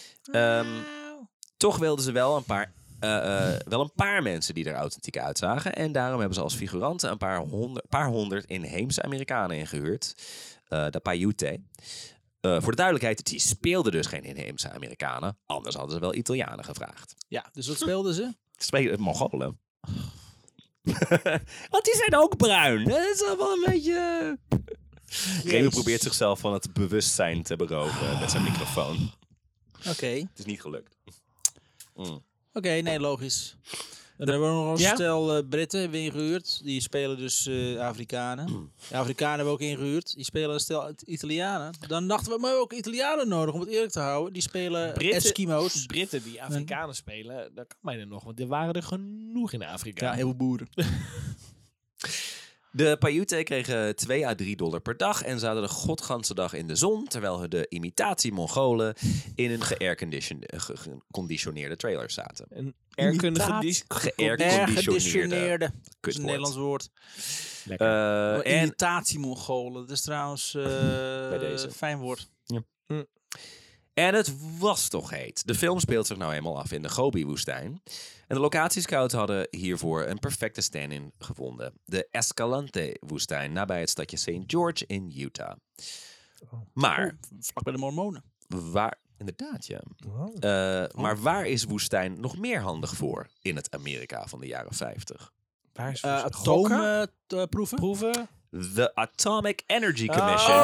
Toch wilden ze wel een paar mensen die er authentiek uitzagen. En daarom hebben ze als figuranten een paar honderd inheemse Amerikanen ingehuurd. De Paiute. Voor de duidelijkheid, die speelden dus geen inheemse Amerikanen. Anders hadden ze wel Italianen gevraagd. Ja, dus wat speelden ze? Spelen Mongolen. Want die zijn ook bruin. Dat is wel een beetje... Remy probeert zichzelf van het bewustzijn te beroven met zijn microfoon. Oké. Het is niet gelukt. Oké, nee, logisch. Dan hebben we nog een stel Britten hebben we ingehuurd. Die spelen dus Afrikanen. De Afrikanen hebben we ook ingehuurd. Die spelen een stel Italianen. Dan dachten we, maar we hebben ook Italianen nodig om het eerlijk te houden. Die spelen Eskimo's. Britten die Afrikanen spelen, dat kan mij er nog. Want er waren er genoeg in Afrika. Ja, heel veel boeren. De Paiute kregen $2 à $3 per dag en zaten de godganse dag in de zon, terwijl de imitatie Mongolen in een geairconditioneerde trailer zaten. Een Geairconditioneerde. Dat is een Kutwoord. Nederlands woord. Lekker. Imitatie-Mongolen. Dat is trouwens deze. fijn woord. En het was toch heet. De film speelt zich nou eenmaal af in de Gobi-woestijn. En de locatiescouts hadden hiervoor een perfecte stand-in gevonden. De Escalante-woestijn, nabij het stadje St. George in Utah. Maar, Vlak bij de Mormonen. waar... Inderdaad, ja. Maar waar is woestijn nog meer handig voor in het Amerika van de jaren 50? Waar is Atoomproeven. proeven? The Atomic Energy Commission.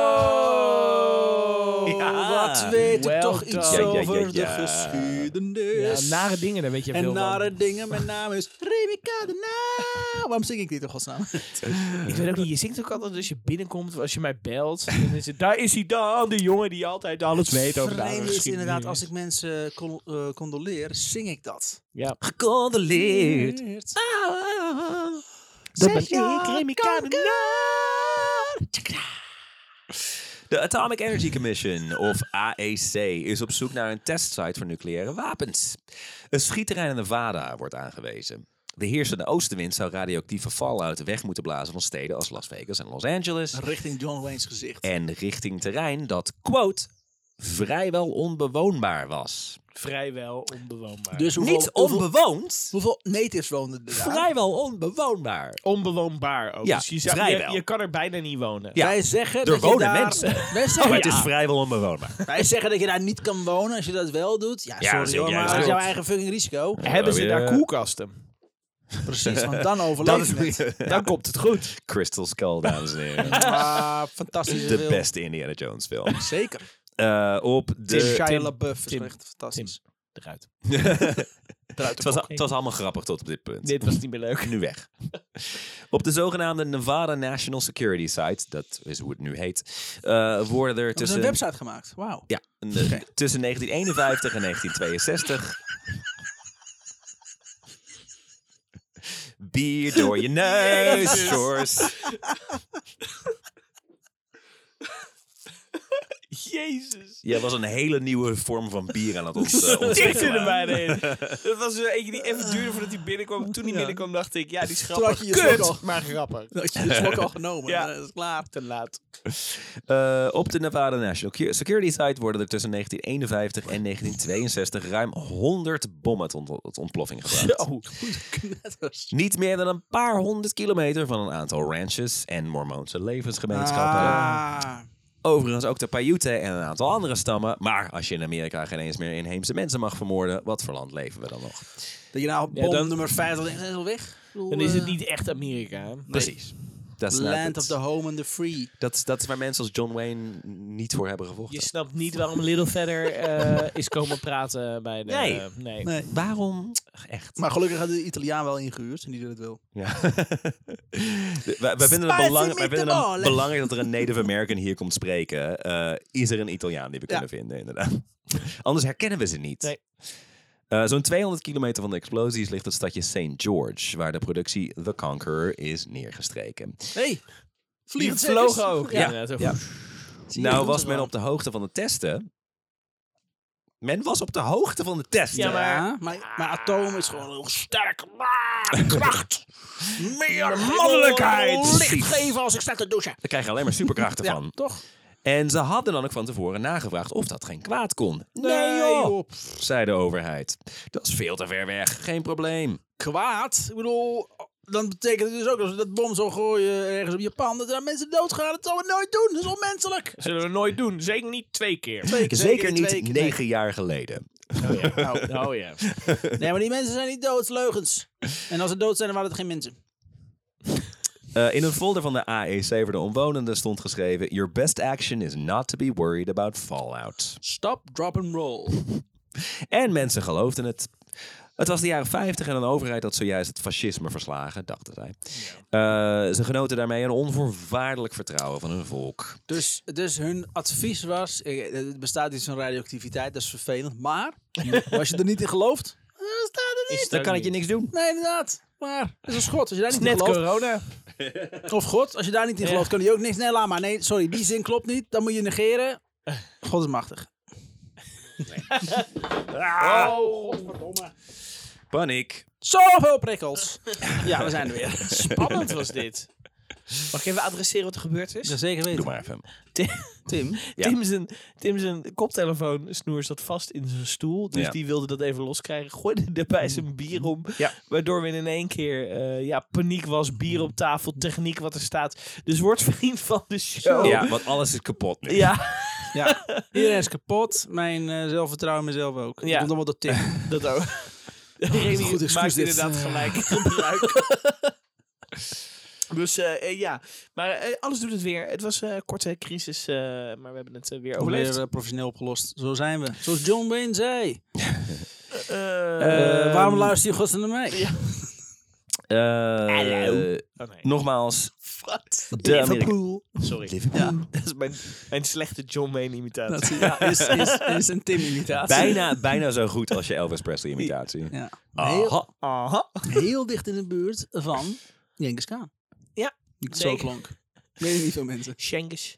Wat weet ik Well toch iets done. over Ja. de geschiedenis. Ja, nare dingen, daar weet je veel En nare van. dingen, mijn naam is Remika de Na. Waarom zing ik dit in godsnaam? Ik weet ook niet, je zingt ook altijd als je binnenkomt, als je mij belt. Dan is het, daar is hij dan, de jongen die altijd alles weet over de Vreemd is geschiedenis. inderdaad, als ik mensen condoleer, zing ik dat. Ja. Gecondoleerd. Dat ben ik, Remika de De Atomic Energy Commission, of AEC, is op zoek naar een testsite voor nucleaire wapens. Een schietterrein in Nevada wordt aangewezen. De heersende oostenwind zou radioactieve fallout weg moeten blazen van steden als Las Vegas en Los Angeles. Richting John Wayne's gezicht. En richting terrein dat, quote, vrijwel onbewoonbaar was. Vrijwel onbewoonbaar. Dus Niet onbewoond, hoeveel natives woonden er daar? vrijwel onbewoonbaar. onbewoonbaar ook. Ja, Dus vrijwel. je kan er bijna niet wonen. Ja, Wij zeggen er dat je wonen daar, mensen. Wij zeggen, Maar het is vrijwel onbewoonbaar. wij zeggen dat je daar niet kan wonen als je dat wel doet. Ja, Ja, sorry dat is ook hoor, jouw maar dat is schuld. jouw eigen fucking risico. Hebben ze daar koelkasten? Precies, want dan overleef je het. Dan komt het goed. Crystal Skull, dames en heren. Fantastisch. De beste Indiana Jones film. Zeker. Op de... Shia LaBeouf is Tim. echt fantastisch. Eruit. Het was allemaal grappig tot op dit punt. Dit was niet meer leuk. Nu weg. Op de zogenaamde Nevada National Security Site, dat is hoe het nu heet, worden er Er is tussen... een website gemaakt. Wauw. Ja, tussen 1951 en 1962... Bier door je neus, George. Jezus. Jij was een hele nieuwe vorm van bier aan het Dit er ontwikkelen. bijna in. Dat was eentje die even duurde voordat hij binnenkwam. Toen hij binnenkwam dacht ik, ja, die is Toen grappig. had je je slok al. maar grappig. Dat je de slok al genomen. Ja. Dat is klaar. Te laat. Op de Nevada National Security Site worden er tussen 1951 en 1962 ruim 100 bommen tot ontploffing gebracht. Knetters. Niet meer dan een paar 100 kilometer van een aantal ranches en Mormoonse levensgemeenschappen. Overigens ook de Paiute en een aantal andere stammen. Maar als je in Amerika geen eens meer inheemse mensen mag vermoorden, wat voor land leven we dan nog? Dat je nou Ja, bom dan- nummer 50 denkt, is al weg. Ik bedoel, Dan is het niet echt Amerika. hè? Precies. Land of the home and the free. Dat is waar mensen als John Wayne niet voor hebben gevochten. Je snapt niet waarom Littlefeller is komen praten bij de... Nee. Waarom? Echt. Maar gelukkig had de Italiaan wel ingehuurd en die doet het wel. Ja. Wij vinden het belangrijk dat er een Native American hier komt spreken. Is er een Italiaan die we kunnen vinden, inderdaad. Anders herkennen we ze niet. Nee. Zo'n 200 kilometer van de explosies ligt het stadje St. George, waar de productie The Conqueror is neergestreken. Hey, Die vlogen ook. Ja. Nou was men op de hoogte van de testen. Men was op de hoogte van de testen. Ja, maar atoom is gewoon heel sterk. Kracht. Meer mannelijkheid. Licht geven als ik sta te douchen. Daar krijg je alleen maar superkrachten van. Toch? En ze hadden dan ook van tevoren nagevraagd of dat geen kwaad kon. Nee, joh. Zei de overheid. Dat is veel te ver weg. Geen probleem. Kwaad? Ik bedoel, dan betekent het dus ook als we dat bom zo gooien ergens op Japan, dat er mensen doodgaan. Dat zullen we nooit doen. Dat is onmenselijk. Zullen we nooit doen. Zeker niet 2 keer. Zeker niet 9 jaar geleden. Oh ja. Nee, maar die mensen zijn niet dood. Leugens. En als ze dood zijn, dan waren het geen mensen. In een folder van de AEC voor de omwonenden stond geschreven: Your best action is not to be worried about fallout. Stop, drop and roll. En mensen geloofden het. Het was de jaren 50 en een overheid had zojuist het fascisme verslagen, dachten zij. Ze genoten daarmee een onvoorwaardelijk vertrouwen van hun volk. Dus hun advies was, het bestaat iets van radioactiviteit, dat is vervelend. Maar, als je er niet in gelooft, dan staat er niet. Dan kan het je niks doen. Nee, inderdaad. Maar, dat is een schot. Als je daar niet in Net gelooft. corona. Of God, als je daar niet in gelooft, kan hij ook niks. Nee, laat maar. Nee, sorry, die zin klopt niet. Dan moet je negeren. God is machtig. Godverdomme. Paniek. Zoveel prikkels. Ja, we zijn er weer. Spannend was dit. Mag ik even adresseren wat er gebeurd is? Dat zeker weten. Doe maar even. Tim. Tim zijn koptelefoonsnoer zat vast in zijn stoel. Dus Ja. die wilde dat even loskrijgen. Gooide daarbij zijn bier om. Ja. Waardoor we in één keer paniek was. Bier op tafel, techniek wat er staat. Dus word vriend van de show. Ja, want alles is kapot nu. Ja, Ja, iedereen is kapot. Mijn zelfvertrouwen in mezelf ook. Ja. Dat komt allemaal door Tim. dat ook. goed excuus maakt dit. inderdaad gelijk gebruik. Dus maar alles doet het weer. Het was een korte crisis, maar we hebben het weer overleefd. Weer professioneel opgelost. Zo zijn we. Zoals John Wayne zei. Eh, Waarom luister je godsdienst naar mij? Ja. Hallo. Oh, nee. Nogmaals. Wat? De Liverpool. Sorry. Liverpool. Ja, dat is mijn slechte John Wayne imitatie. Is een Tim-imitatie. Bijna zo goed als je Elvis Presley imitatie. Ja. Aha. Aha. Heel dicht in de buurt van Genghis Khan. Ja. Die zo Zeker. klonk. Weet niet veel mensen. Schengens.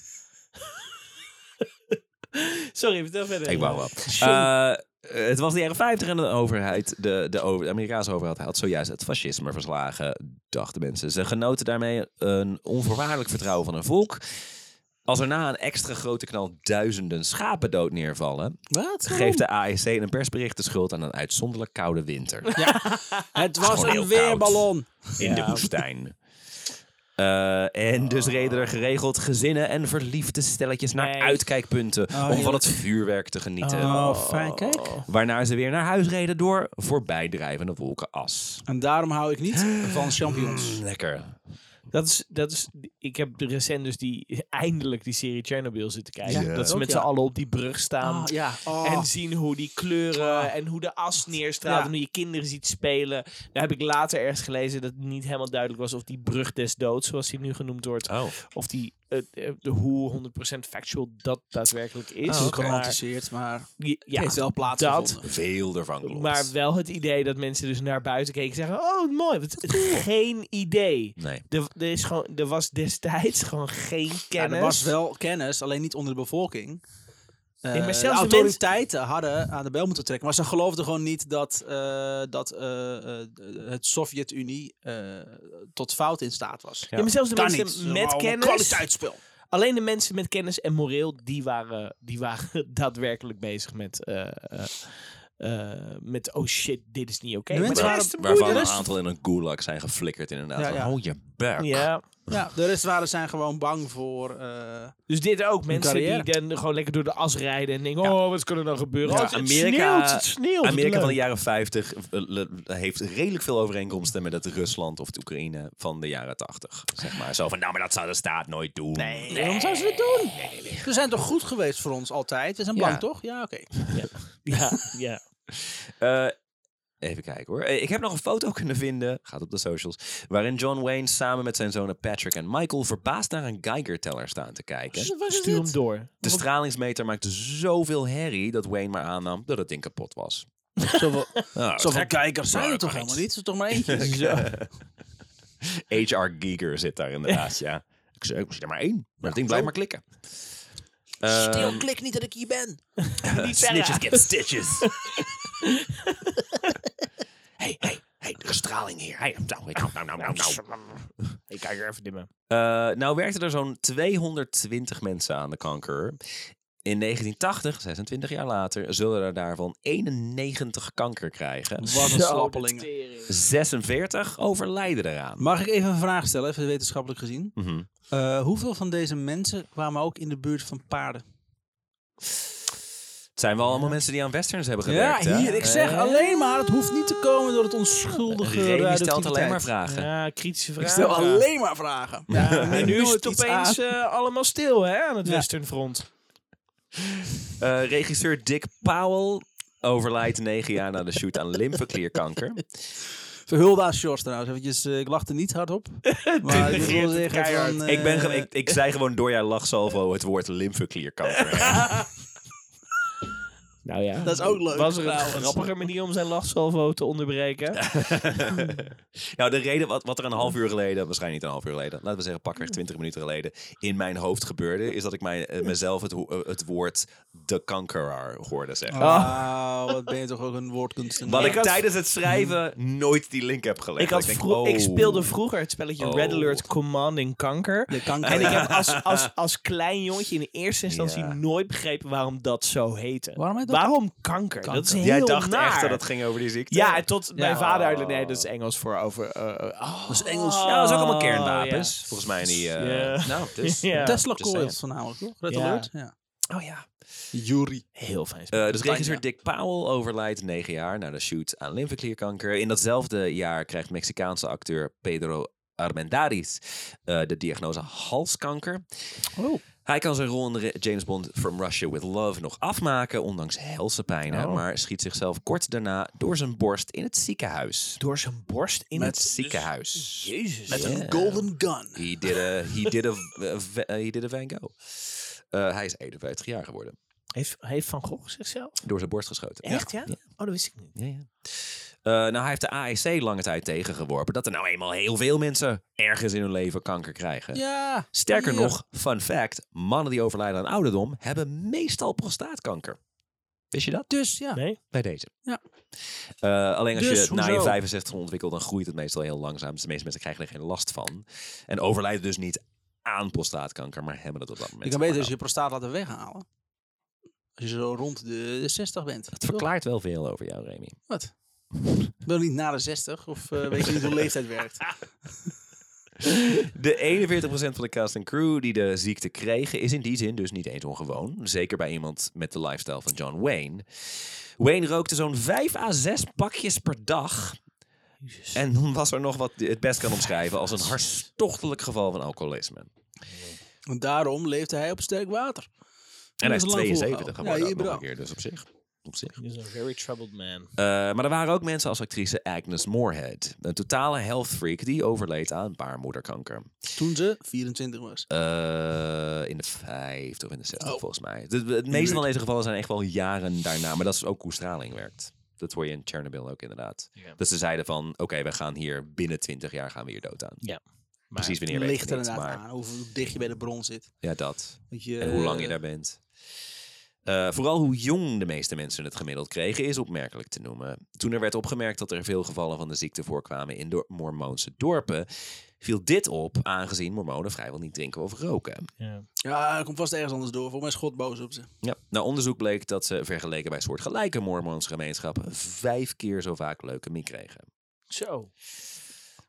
Sorry, vertel verder. Ik wou wel. Het was de jaren 50 en de overheid, de Amerikaanse overheid had zojuist het fascisme verslagen, dachten mensen. Ze genoten daarmee een onvoorwaardelijk vertrouwen van hun volk. Als er na een extra grote knal duizenden schapen dood neervallen, Wat? geeft de AEC in een persbericht de schuld aan een uitzonderlijk koude winter Het was gewoon heel een koud. weerballon. in de woestijn. En dus reden er geregeld gezinnen en verliefde stelletjes naar Nee. uitkijkpunten om van heerlijk. het vuurwerk te genieten. Oh, fijn. Kijk. Waarna ze weer naar huis reden door voorbijdrijvende wolken as. En daarom hou ik niet van champignons. Lekker. Dat is, ik heb recent dus eindelijk die serie Chernobyl zitten kijken. Ja, Dat ze ook, met ja. z'n allen op die brug staan. Ja. En zien hoe die kleuren Oh. en hoe de as neerstraalt. Ja. En hoe je kinderen ziet spelen. Daar heb ik later ergens gelezen dat het niet helemaal duidelijk was of die brug des doods, zoals die nu genoemd wordt. Oh. Of die hoe 100% factual dat daadwerkelijk is. Het is oké. geromantiseerd, maar Ja, het heeft wel dat. plaatsgevonden. Veel ervan klopt. Maar wel het idee dat mensen dus naar buiten keken en zeggen: oh, mooi. Geen idee. Nee. Er was destijds gewoon geen Ja, kennis. er was wel kennis, alleen niet onder de bevolking. Nee, maar De zelfs de autoriteiten hadden aan de bel moeten trekken. Maar ze geloofden gewoon niet dat het Sovjet-Unie tot fout in staat was. Ja, maar zelfs de Kan mensen niet. met Gewoon kennis. kwaliteitsspel. Alleen de mensen met kennis en moreel, die waren daadwerkelijk bezig met oh shit, dit is niet oké. De Maar mensen de waren- rest- Waarvan de een rest- aantal in een gulag zijn geflikkerd inderdaad. Ja, Van, ja. hou je back. Ja. Ja, de restaurants zijn gewoon bang voor... Dus dit ook. Mensen carrière. die dan gewoon lekker door de as rijden en denken, oh, wat kan er nou gebeuren? Ja, Oh, het sneeuwt, het sneeuwt. Amerika van de Leuk. jaren 50 heeft redelijk veel overeenkomsten met het Rusland of het Oekraïne van de jaren 80. Zeg maar. Zo van, nou, maar dat zou de staat nooit doen. Nee. Waarom zouden ze dat doen? Ze zijn toch goed geweest voor ons altijd? We zijn bang, Ja. toch? Ja, oké. Ja. Even kijken hoor. Ik heb nog een foto kunnen vinden, gaat op de socials, waarin John Wayne samen met zijn zonen Patrick en Michael verbaasd naar een Geiger-teller staan te kijken. Stuur hem door. De stralingsmeter maakte zoveel herrie dat Wayne maar aannam dat het ding kapot was. Zoveel Nou, zoveel kijkers zijn er Maar toch kan helemaal niet. niet? Het is toch maar eentje? Zo. H.R. Giger zit daar inderdaad, ja. Ik zei, er er maar één. Maar dat ding blijft maar klikken. Stil, klik niet dat ik hier ben. Snitches get stitches. hey, de straling hier. Hey, nou. Ik kijk er even dimmen. Nou werkten er zo'n 220 mensen aan de kanker. In 1980, 26 jaar later, zullen er daarvan 91 kanker krijgen. Wat een slappelingen. 46 overlijden eraan. Mag ik even een vraag stellen, even wetenschappelijk gezien? Mhm. Hoeveel van deze mensen kwamen ook in de buurt van paarden? Het zijn wel allemaal mensen die aan westerns hebben gewerkt. Ja, hè? hier, ik zeg alleen maar, het hoeft niet te komen door het onschuldige Remy stelt radioactiviteit. alleen maar vragen. Ja, kritische vragen. Ik stel alleen maar vragen. Ja, En nu is het nooit iets opeens aan. allemaal stil hè, aan het Ja. Westernfront. Regisseur Dick Powell overlijdt 9 jaar na de shoot aan lymfeklierkanker. Verhulde aan Shorts trouwens. Eventjes, ik lachte niet hardop. Maar ik wil zeggen keihard. van... Ik zei gewoon door jouw lachsalvo het woord lymfeklierkanker. Nou ja. Dat is ook leuk, Was er een trouwens. grappiger manier om zijn lachsalvo te onderbreken? Nou, de reden wat er een half uur geleden, waarschijnlijk niet een half uur geleden, laten we zeggen pakweg 20 minuten geleden, in mijn hoofd gebeurde, is dat ik mezelf het woord de kankeraar hoorde zeggen. Oh, wat ben je toch ook een woordkunstenaar. Wat ik had- tijdens het schrijven nooit die link heb gelegd. Ik speelde vroeger het spelletje Red Oh. Alert Commanding Kanker. De kanker. En ik heb als klein jongetje in de eerste instantie Ja. nooit begrepen waarom dat zo heette. Waarom heet dat? Waarom kanker? Dat is heel Jij dacht naar. echt dat het ging over die ziekte? Ja, en tot mijn Ja. vader uit... Nee, dat is Engels voor over... Dat is Engels. Ja, dat is ook allemaal Oh, kernwapens. Volgens mij in die... Ja. Nou, dus... Ja. Tesla just coils voornamelijk, toch? Red Ja. Alert? Ja. Oh ja. Jury. Heel fijn spel. Dus regisseur Dick Powell overlijdt 9 jaar na de shoot aan lymfeklierkanker. In datzelfde jaar krijgt Mexicaanse acteur Pedro Armendáriz de diagnose halskanker. Oh. Hij kan zijn rol in de James Bond From Russia With Love nog afmaken, ondanks helse pijnen. Maar schiet zichzelf kort daarna door zijn borst in het ziekenhuis. Door zijn borst in Het ziekenhuis. Jezus. Met Ja. een golden gun. He did a Van Gogh. Hij is 51 jaar geworden. Heeft Van Gogh zichzelf? Door zijn borst geschoten. Echt, ja? Oh, dat wist ik niet. Ja, ja. Nou, hij heeft de AEC lange tijd tegengeworpen dat er nou eenmaal heel veel mensen ergens in hun leven kanker krijgen. Ja. Sterker hier. nog, fun fact, mannen die overlijden aan ouderdom hebben meestal prostaatkanker. Wist je dat? Dus ja. Nee? Bij deze. Ja. Alleen als Dus je het na je hoezo? 65 ontwikkelt, dan groeit het meestal heel langzaam. Dus de meeste mensen krijgen er geen last van. En overlijden dus niet aan prostaatkanker, maar hebben het op dat moment. Je kan beter dus je prostaat laten weghalen. Als je zo rond de 60 bent. Het verklaart wel veel over jou, Remy. Wat? Ben je niet na de 60? Of weet je niet hoe leeftijd werkt? De 41% van de cast en crew die de ziekte kregen is in die zin dus niet eens ongewoon. Zeker bij iemand met de lifestyle van John Wayne. Wayne rookte zo'n 5 à 6 pakjes per dag. Jezus. En dan was er nog wat het best kan omschrijven als een hartstochtelijk geval van alcoholisme. En daarom leefde hij op sterk water. En hij is Dat lang 72 volgehouden. geworden Ja, ook nog hier een keer, dus op zich. He is a very troubled man. Maar er waren ook mensen als actrice Agnes Moorehead. Een totale health freak die overleed aan baarmoederkanker. Toen ze 24 was. In de 50 of in de 60 Oh. volgens mij. Het meeste van deze gevallen zijn echt wel jaren daarna. Maar dat is ook hoe straling werkt. Dat hoor je in Chernobyl ook inderdaad. Ja. Dat ze zeiden van, oké, we gaan hier binnen 20 jaar gaan we hier dood aan. Ja. Precies wanneer Het weet ligt ik er niet. inderdaad Maar aan hoe dicht je bij de bron zit. ja, dat. Dat je, En hoe lang je daar bent. Vooral hoe jong de meeste mensen het gemiddeld kregen is opmerkelijk te noemen. Toen er werd opgemerkt dat er veel gevallen van de ziekte voorkwamen in Mormoonse dorpen, viel dit op aangezien Mormonen vrijwel niet drinken of roken. Ja. Ja, dat komt vast ergens anders door. Voor mij is God boos op ze. Ja, na onderzoek bleek dat ze vergeleken bij soortgelijke Mormoonse gemeenschappen 5 keer zo vaak leukemie kregen. Zo.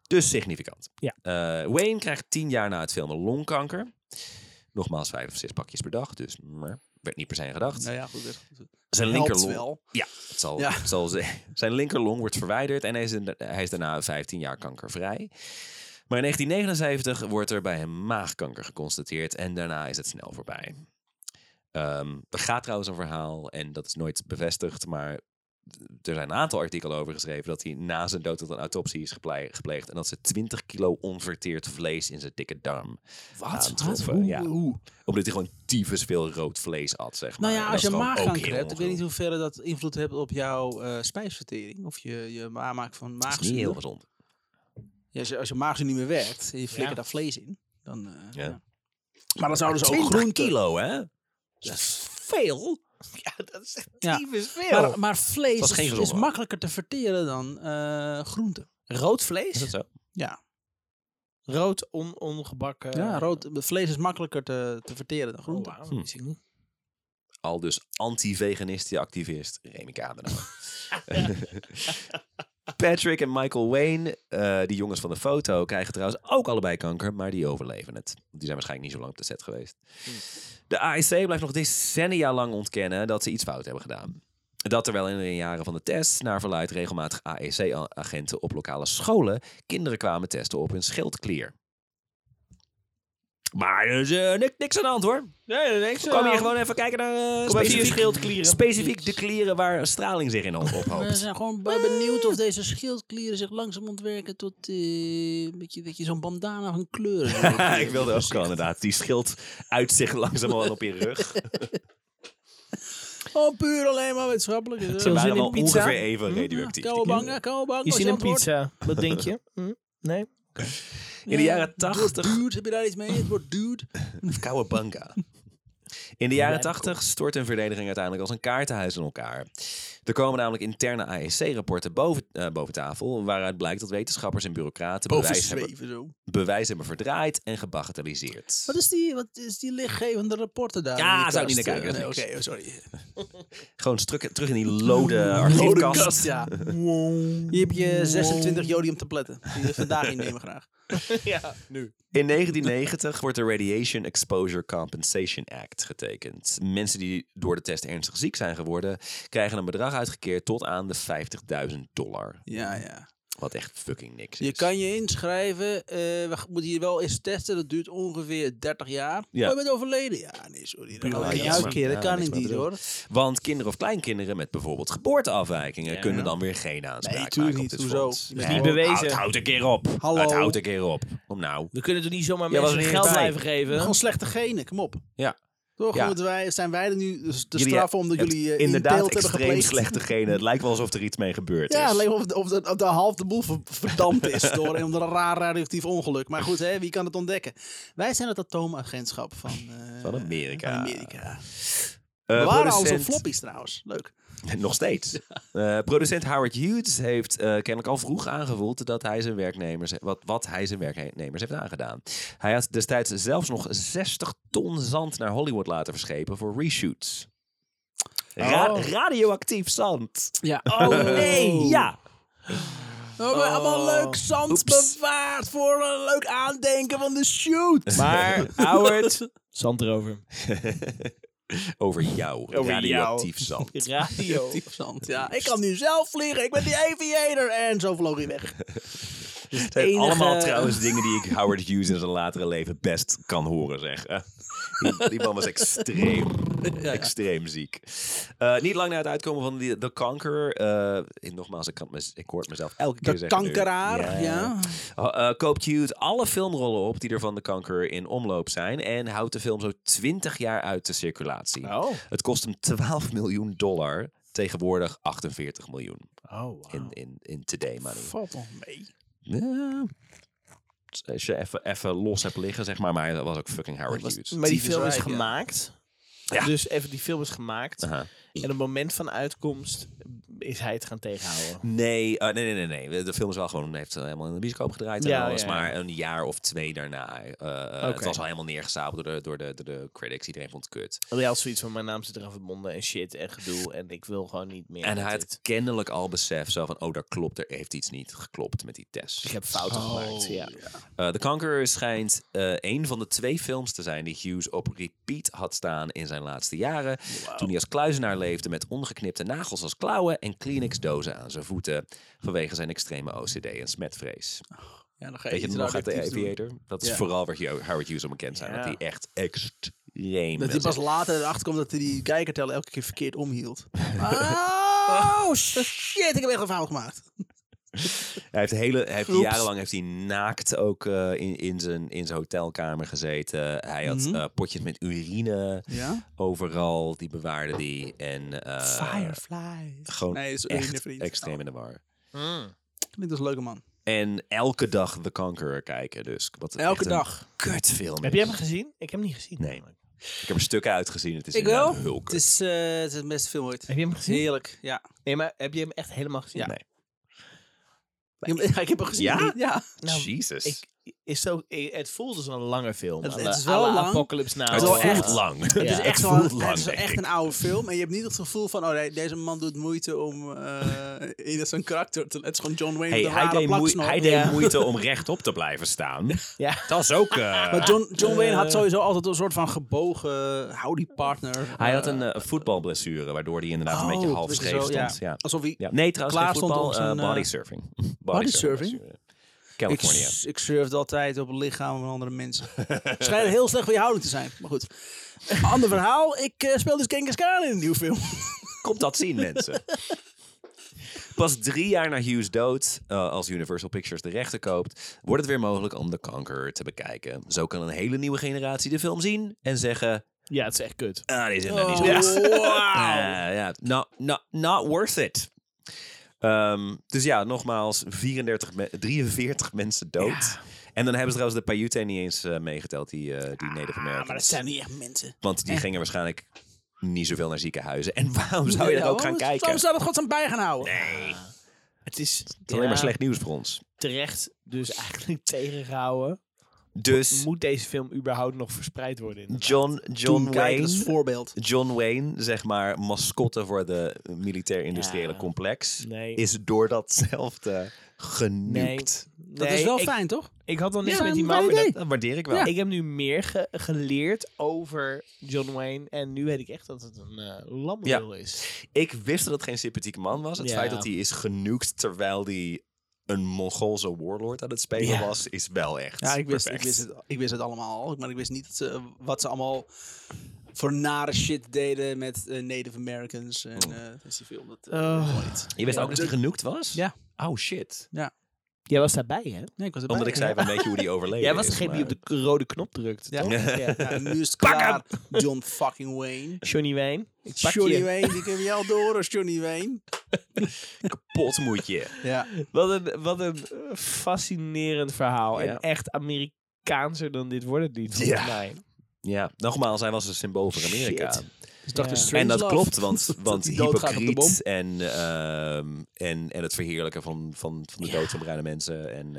Dus significant. Ja. Wayne krijgt 10 jaar na het filmen longkanker. Nogmaals 5 of 6 pakjes per dag. Dus werd niet per se aan gedacht. Nou ja, goed. Zijn Helpt linkerlong. wel. Ja, het zal zijn linkerlong wordt verwijderd en hij is daarna 15 jaar kankervrij. Maar in 1979 wordt er bij hem maagkanker geconstateerd en daarna is het snel voorbij. Er gaat trouwens een verhaal en dat is nooit bevestigd, maar er zijn een aantal artikelen over geschreven dat hij na zijn dood tot een autopsie is gepleegd en dat ze 20 kilo onverteerd vlees in zijn dikke darm aantroffen. Ja. Hoe? Omdat hij gewoon tyfus veel rood vlees at, zeg maar. Nou ja, En als dat je is gewoon ook maagkanker heel hebt, ik weet niet ongezond. hoeverre dat invloed heeft op jouw spijsvertering. Of je aanmaak van Dat is maagzuur. niet heel gezond. Ja, als je maagzuur niet meer werkt en je flikkert daar vlees in, dan... Ja. ja. Maar dan zouden ze ook 20 groenten... kilo, hè? Dat is veel. Ja, dat is echt Ja. tyfus veel. Maar vlees Dat is geen is gezonde. makkelijker te verteren dan groenten. Rood Is vlees? dat zo? Ja, Rood, ongebakken. vlees is makkelijker te verteren dan groenten. Wauw, wist ik niet. Al dus anti-veganistische activist Remy Kadenau. Patrick en Michael Wayne, die jongens van de foto, krijgen trouwens ook allebei kanker, maar die overleven het. Die zijn waarschijnlijk niet zo lang op de set geweest. De AEC blijft nog decennia lang ontkennen dat ze iets fout hebben gedaan. Dat terwijl in de jaren van de test naar verluidt regelmatig AEC-agenten op lokale scholen kinderen kwamen testen op hun schildklier. Maar er is niks aan de hand hoor. Nee, dat denk ik We komen hier gewoon even kijken naar specifiek schildklieren. specifiek de klieren waar straling zich in We ophoopt. zijn gewoon benieuwd of deze schildklieren zich langzaam ontwerken tot een beetje dat je zo'n bandana van kleuren. Ik wilde ook al inderdaad. Die schild uitzicht langzamerhand op je rug. Oh, puur alleen maar wetenschappelijk. Ze zin waren in wel pizza? ongeveer even radioactief. die Kouwebanga, Je ziet een pizza. Wat denk je? Nee? In de jaren 80... Dude, heb je daar iets mee? Het woord dude. Kouwebanga. In de jaren 80 stort een verdediging uiteindelijk als een kaartenhuis in elkaar. Er komen namelijk interne AEC-rapporten boven tafel, waaruit blijkt dat wetenschappers en bureaucraten bewijs hebben verdraaid en gebagatelliseerd. Wat is die lichtgevende rapporten daar? Ja, in die zou ik kast? niet naar kijken, dat is Oké, sorry. Gewoon terug in die lode archiefkast. Kast, ja. Hier heb je 26 jodiumtabletten. Die vandaag innemen graag. Ja, nu. In 1990 wordt de Radiation Exposure Compensation Act getekend. Mensen die door de test ernstig ziek zijn geworden, krijgen een bedrag uitgekeerd tot aan de $50.000. Ja. Wat echt fucking niks is. Je kan je inschrijven. We moeten hier wel eens testen. Dat duurt ongeveer 30 jaar. Ja. Oh, je bent overleden. Ja, nee, sorry. Dat Ja, kan ik niet jammer. uitkeren. Dat Ja, kan niks niet meer te doen. hoor. Want kinderen of kleinkinderen met bijvoorbeeld geboorteafwijkingen Ja. kunnen dan weer geen aanspraak Nee, maken tuurlijk op niet. dit Hoezo? fonds. Dat is niet bewezen. Houd een keer op. Hallo. Het houdt een keer op. Om nou. We kunnen toch niet zomaar Ja, was mensen er niet geld bij. blijven geven? Gewoon slechte genen. Kom op. Ja. Toch Ja. zijn wij er nu dus te Jullie straffen omdat hebben jullie inderdaad inteelt hebben extreem gepleegd. slechte genen. Het lijkt wel alsof er iets mee gebeurd Ja, is. alleen of de half de boel verdampt is door een raar radioactief ongeluk. Maar goed, wie kan het ontdekken? Wij zijn het atoomagentschap van Amerika. Van Amerika. We waren al zo'n Producent- floppies trouwens. Leuk. Nog steeds. Producent Howard Hughes heeft kennelijk al vroeg aangevoeld dat hij zijn werknemers, wat hij zijn werknemers heeft aangedaan. Hij had destijds zelfs nog 60 ton zand naar Hollywood laten verschepen voor reshoots. Radioactief zand. Ja. Oh nee! Ja! We hebben allemaal leuk zand Oeps. bewaard voor een leuk aandenken van de shoot. Maar, Howard, zand erover. Over jou. Over Radioactief jou. zand. Radio. Actief zand. Ja, ik kan nu zelf vliegen. Ik ben die aviator. En zo vloog hij weg. Het zijn allemaal trouwens dingen die ik Howard Hughes in zijn latere leven best kan horen zeggen. Die man was extreem ziek. Niet lang na het uitkomen van The Conqueror. Nogmaals, ik hoor het mezelf elke keer De zeggen. nu. kankeraar. Ja. Koopt Hughes alle filmrollen op die er van The Conqueror in omloop zijn. En houdt de film zo 20 jaar uit de circulatie. Oh. Het kost hem $12 miljoen. Tegenwoordig 48 miljoen. Oh, wow. In today money. Valt nog mee. Ja. Als je even los hebt liggen, zeg maar. Maar dat was ook fucking Howard Hughes. Maar die Tyfus film is rijk, ja. gemaakt. Ja. Dus even, die film is gemaakt. Aha. En op het moment van uitkomst is hij het gaan tegenhouden. Nee. De film is wel gewoon, heeft helemaal in de bioscoop gedraaid. En alles, maar een jaar of 2 daarna. Het was al helemaal neergestapeld door de critics. Iedereen vond het kut. Hij had zoiets van, mijn naam zit eraan verbonden en shit en gedoe. En ik wil gewoon niet meer. En hij had kennelijk al besef zo van, daar klopt, er heeft iets niet geklopt met die test. Ik heb fouten gemaakt, ja. The Conqueror schijnt een van de 2 films te zijn die Hughes op repeat had staan in zijn laatste jaren. Toen hij als kluizenaar leefde met ongeknipte nagels als klauwen en Kleenex-dozen aan zijn voeten vanwege zijn extreme OCD en smetvrees. Ja, dan ga Weet je het nog uit de radioactief doen. Aviator? Dat is vooral waar Howard Hughes om bekend zijn. Ja. Dat hij echt extreem... Dat hij pas later erachter komt dat hij die kijkerteller elke keer verkeerd omhield. Oh, shit, ik heb echt een fout gemaakt. Hij heeft Oeps. jarenlang heeft hij naakt ook in zijn hotelkamer gezeten. Hij had potjes met urine Ja? overal. Die bewaarde hij. En Fireflies. gewoon Nee, dat is een echt vriend. extreem in de war. Klinkt als een leuke man. En elke dag The Conqueror kijken. Dus wat Elke echt een dag. kutfilm Heb is. jij hem gezien? Ik heb hem niet gezien. Nee. Ik heb er stukken uitgezien. Het is Ik wel. inderdaad heel kut. Het is het beste film ooit. Heb je hem gezien? Heerlijk, ja. Nee, maar heb je hem echt helemaal gezien? Ja. Nee. Ik heb hem gezien. Ja? Ja. Nou, Jesus. Het voelt als een lange film. Het Alle- is wel alle lang. Apocalypse Now. Het wel voelt echt. lang. Het is Ja. echt, Het wel, voelt lang, het is denk echt ik. een oude film. En je hebt niet het gevoel van, deze man doet moeite om in zo'n karakter te... Het is gewoon John Wayne Hey, met een rare plaksnor. hij deed moeite om rechtop te blijven staan. Ja. Dat is ook... Maar John Wayne had sowieso altijd een soort van gebogen howdy partner. Hij had een voetbalblessure, waardoor hij inderdaad een beetje half dat is scheef zo, ja. stond. Ja. Alsof hij... Ja. Nee, trouwens, Klaar geen stond voetbal, op zijn, bodysurfing. Bodysurfing? California. Ik surfde altijd op het lichaam van andere mensen. Schijnt heel slecht voor je houding te zijn. Maar goed. Ander verhaal. Ik speel dus Genghis Khan in een nieuwe film. Komt dat zien, mensen. Pas 3 jaar na Hughes' dood, als Universal Pictures de rechten koopt, wordt het weer mogelijk om The Conqueror te bekijken. Zo kan een hele nieuwe generatie de film zien en zeggen... Ja, het is echt kut. Ah, die is inderdaad niet zo goed. Ja, not worth it. Dus ja, nogmaals, 43 mensen dood. Ja. En dan hebben ze trouwens de Paiute niet eens meegeteld, die Native Americans. Maar dat zijn niet echt mensen. Want die gingen waarschijnlijk niet zoveel naar ziekenhuizen. En waarom zou je er ook gaan kijken? Waarom zou dat godsnaam bij gaan houden? Nee, Het is het is alleen maar slecht nieuws voor ons. terecht dus eigenlijk tegengehouden. Dus Moet deze film überhaupt nog verspreid worden? inderdaad? John Kijken als Wayne... voorbeeld. John Wayne, zeg maar, mascotte voor de militair-industriële Ja. complex, Nee. is door datzelfde genukt. Dat is wel fijn, toch? Ik had al niks Ja, met die maar man. idee. Dat waardeer ik wel. Ja. Ik heb nu meer geleerd over John Wayne. En nu weet ik echt dat het een lamlul is. Ik wist dat het geen sympathieke man was. Het Ja. feit dat hij is genukt terwijl hij een Mongoolse warlord aan het spelen Ja. was, is wel echt Ja, ik perfect. wist het allemaal al. Maar ik wist niet wat ze allemaal voor nare shit deden met Native Americans. En dat is die film. Dat gewoon niet. Je wist Ja, ook dat hij genukt was? Ja. Oh shit. Jij was daarbij, hè? Nee, ik was erbij. Omdat ik zei, weet je hoe die overleed Jij was is, degene die op maar- de rode knop drukt. Ja. toch? Ja. Ja, en nu is het klaar. John fucking Wayne. Johnny Wayne. Ik pak Johnny je. Wayne, die heb je al door als Johnny Wayne. Kapot moet je. Ja. Wat een fascinerend verhaal. Ja. En echt Amerikaanser dan dit wordt het niet, volgens Ja. mij. Ja, nogmaals, hij was een symbool voor Amerika. Shit. Dus Dr. Ja. Strange En dat Love. klopt, want die doodgaat op de bom. hypocriet en het verheerlijken van de dood van bruine mensen. En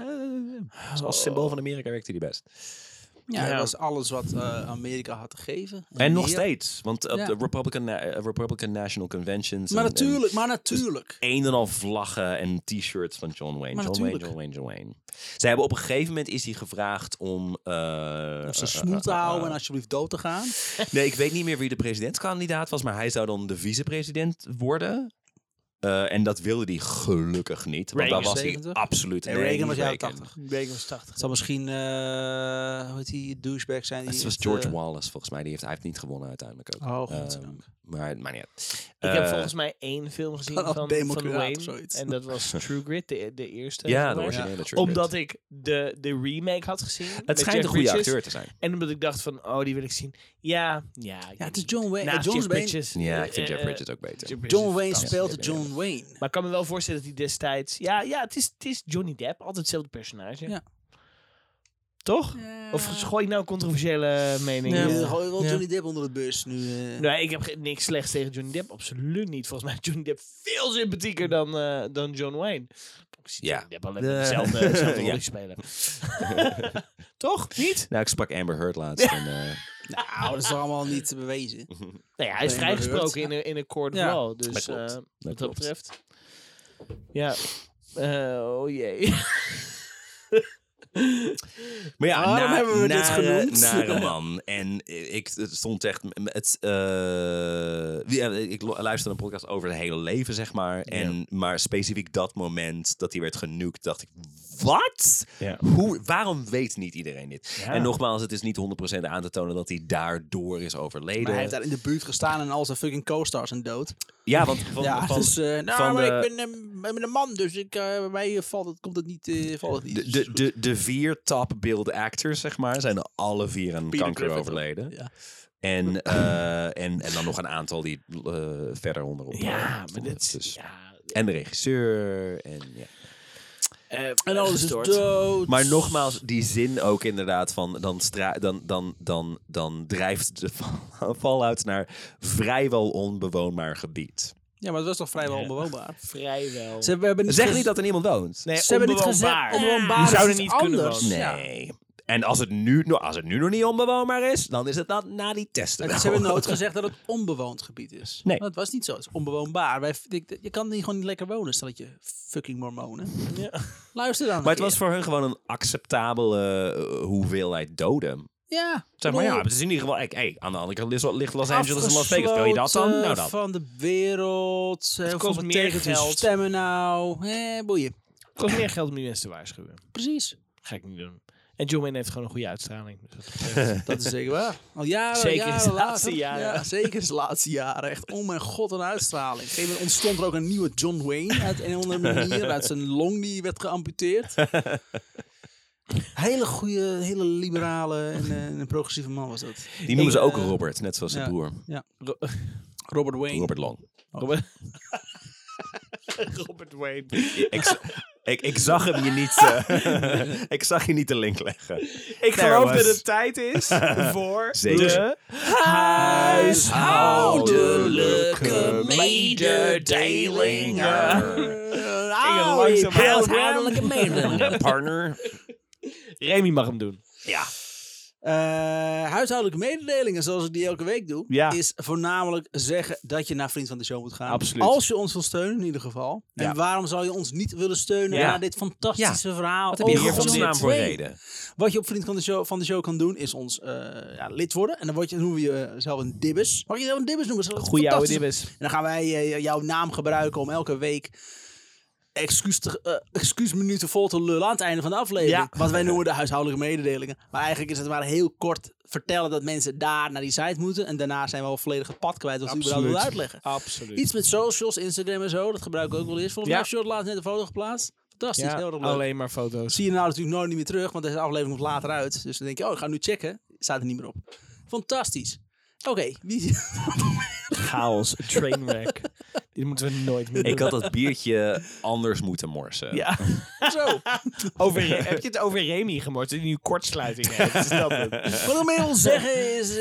als symbool van Amerika werkte hij best. Ja, Ja. dat was alles wat Amerika had te geven. En nog meer. steeds, want op Ja. de Republican National Conventions... Maar en- natuurlijk. een en al vlaggen en t-shirts van John Wayne. Maar John natuurlijk. Wayne. Ze hebben op een gegeven moment is hij gevraagd om... Of ze smoel te houden en alsjeblieft dood te gaan. Nee, ik weet niet meer wie de presidentskandidaat was, maar hij zou dan de vicepresident worden. En dat wilde hij gelukkig niet. Want Reagan daar was hij 70? absoluut... Nee, Reagan was niet jaren Reagan. 80. Reagan was 80. Het zal misschien, hoe heet die, douchebag zijn. Die Het was heeft, George Wallace, volgens mij. Hij heeft niet gewonnen uiteindelijk ook. Oh, godzijdank. Maar niet uit. Ik heb volgens mij 1 film gezien Van van Democrat of Wayne. zoiets. En dat was True Grit, de eerste. Ja, zeg de maar. originele True Omdat Grit. ik de remake had gezien. Het met schijnt een Jeff goede Bridges. acteur te zijn. En omdat ik dacht van, oh, die wil ik zien. Ja, het is John Wayne. Naast John Jeff Wayne. Bridges. Ja, ik vind Jeff Bridges ook beter. Jeff Bridges John is Wayne fantastisch. speelt John Wayne. Maar ik kan me wel voorstellen dat hij destijds... Ja, het is Johnny Depp. Altijd hetzelfde personage. Ja. Toch? Of gooi ik nou een controversiële mening? Gooi wel Johnny Depp onder de bus nu. Nee, ik heb niks slechts tegen Johnny Depp. Absoluut niet. Volgens mij is Johnny Depp veel sympathieker dan John Wayne. Ik zie Johnny Depp alleen dezelfde rol spelen. Toch? Niet? Nou, ik sprak Amber Heard laatst. En, Nou, dat is toch allemaal niet bewezen. Nee, hij is Amber vrijgesproken in een court of Ja. law. Dus Dat klopt. wat dat klopt. betreft. Ja. Oh jee. Maar ja, Waarom hebben we dit genoemd? Nare man. En ik stond echt... ik luisterde een podcast over het hele leven, zeg maar. Maar specifiek dat moment dat hij werd genukt, dacht ik... Wat? Ja. Waarom weet niet iedereen dit? Ja. En nogmaals, het is niet 100% aan te tonen dat hij daardoor is overleden. Maar hij heeft daar in de buurt gestaan en al zijn fucking co-stars zijn dood. Ja, want Dus, van maar de- ik ben een man, dus bij mij komt het niet. de 4 top build actors, zeg maar, zijn alle 4 aan Peter kanker Griffin. overleden. Ja. En dan nog een aantal die verder onderop. Ja, maar dit is... Dus, Ja, en de regisseur. En, ja. En alles is gestoord. dood. Maar nogmaals, die zin ook inderdaad van... Dan drijft de Fallout naar vrijwel onbewoonbaar gebied. Ja, maar het was toch vrijwel onbewoonbaar. vrijwel. We hebben niet Zeg niet dat er niemand woont. Nee, Ze hebben niet onbewoonbaar. gezegd onbewoonbaar Die is zouden iets niet kunnen anders. wonen. Nee. En als het nu nog niet onbewoonbaar is, dan is het na die testen. Ze hebben nooit gezegd dat het onbewoond gebied is. Nee. Dat was niet zo. Het is onbewoonbaar. Je kan hier gewoon niet lekker wonen, stel dat je fucking mormonen. Ja. Luister dan. Maar het was voor hun gewoon een acceptabele hoeveelheid doden. Ja. Zeg maar ja, het is in ieder geval... aan de andere kant ligt Los Angeles en Las Vegas. Wil je dat dan? Nou dan. van de wereld. Het Hoeveel kost meer betekent hun geld. stemmen nou? Boeien. Het kost meer geld om die mensen te waarschuwen. Precies. Ga ik niet doen. En John Wayne heeft gewoon een goede uitstraling. Dus dat betreft- Dat is zeker waar. Al jaren, Zeker in jaren de laatste later. jaren. Ja, zeker in de laatste jaren. Echt, oh mijn god, een uitstraling. Op een gegeven moment ontstond er ook een nieuwe John Wayne. Uit een of andere manier. Uit zijn long die werd geamputeerd. Hele goede, hele liberale en een progressieve man was dat. Die noemen ze ook Robert, net zoals zijn ja. broer. Ja. Robert Wayne. Robert Long. Robert... Robert Wayne. Ik zag hem je niet... ik zag je niet de link leggen. Ik geloof dat het tijd is voor Zeker. de huishoudelijke mededelingen. Huishoudelijke mededelingen, partner. Remy mag hem doen. Ja. Huishoudelijke mededelingen, zoals ik die elke week doe, Ja. is voornamelijk zeggen dat je naar Vriend van de Show moet gaan. Absoluut. Als je ons wil steunen, in ieder geval. Ja. En waarom zou je ons niet willen steunen Ja. na dit fantastische verhaal? Wat heb je hier over van John naam voor Wayne? reden? Wat je op Vriend van de Show kan doen, is ons lid worden. En dan noemen we je zelf een dibbes. Mag je zelf een dibbes noemen? Dat is Goeie oude fantastisch. dibbes. En dan gaan wij jouw naam gebruiken om elke week excuusminuten vol te lullen aan het einde van de aflevering. Ja. Wat wij noemen de huishoudelijke mededelingen. Maar eigenlijk is het maar heel kort vertellen dat mensen daar naar die site moeten. En daarna zijn we al volledig het pad kwijt wat we überhaupt willen uitleggen. Absoluut. Iets met socials, Instagram en zo. Dat gebruik ik ook wel eens. Volgens mij Ja. heeft Short laatst net een foto geplaatst. Fantastisch, Ja, heel erg leuk. alleen maar foto's. Zie je nou natuurlijk nooit niet meer terug, want deze aflevering komt later uit. Dus dan denk je, oh, ik ga nu checken. Staat er niet meer op. Fantastisch. Oké, wie... Chaos, trainwreck. Die moeten we nooit meer doen. Ik had dat biertje anders moeten morsen. Ja. Zo. Heb je het over Remy gemord? Die nu kortsluiting heeft. Is dat het? Wat ik mee wil zeggen is...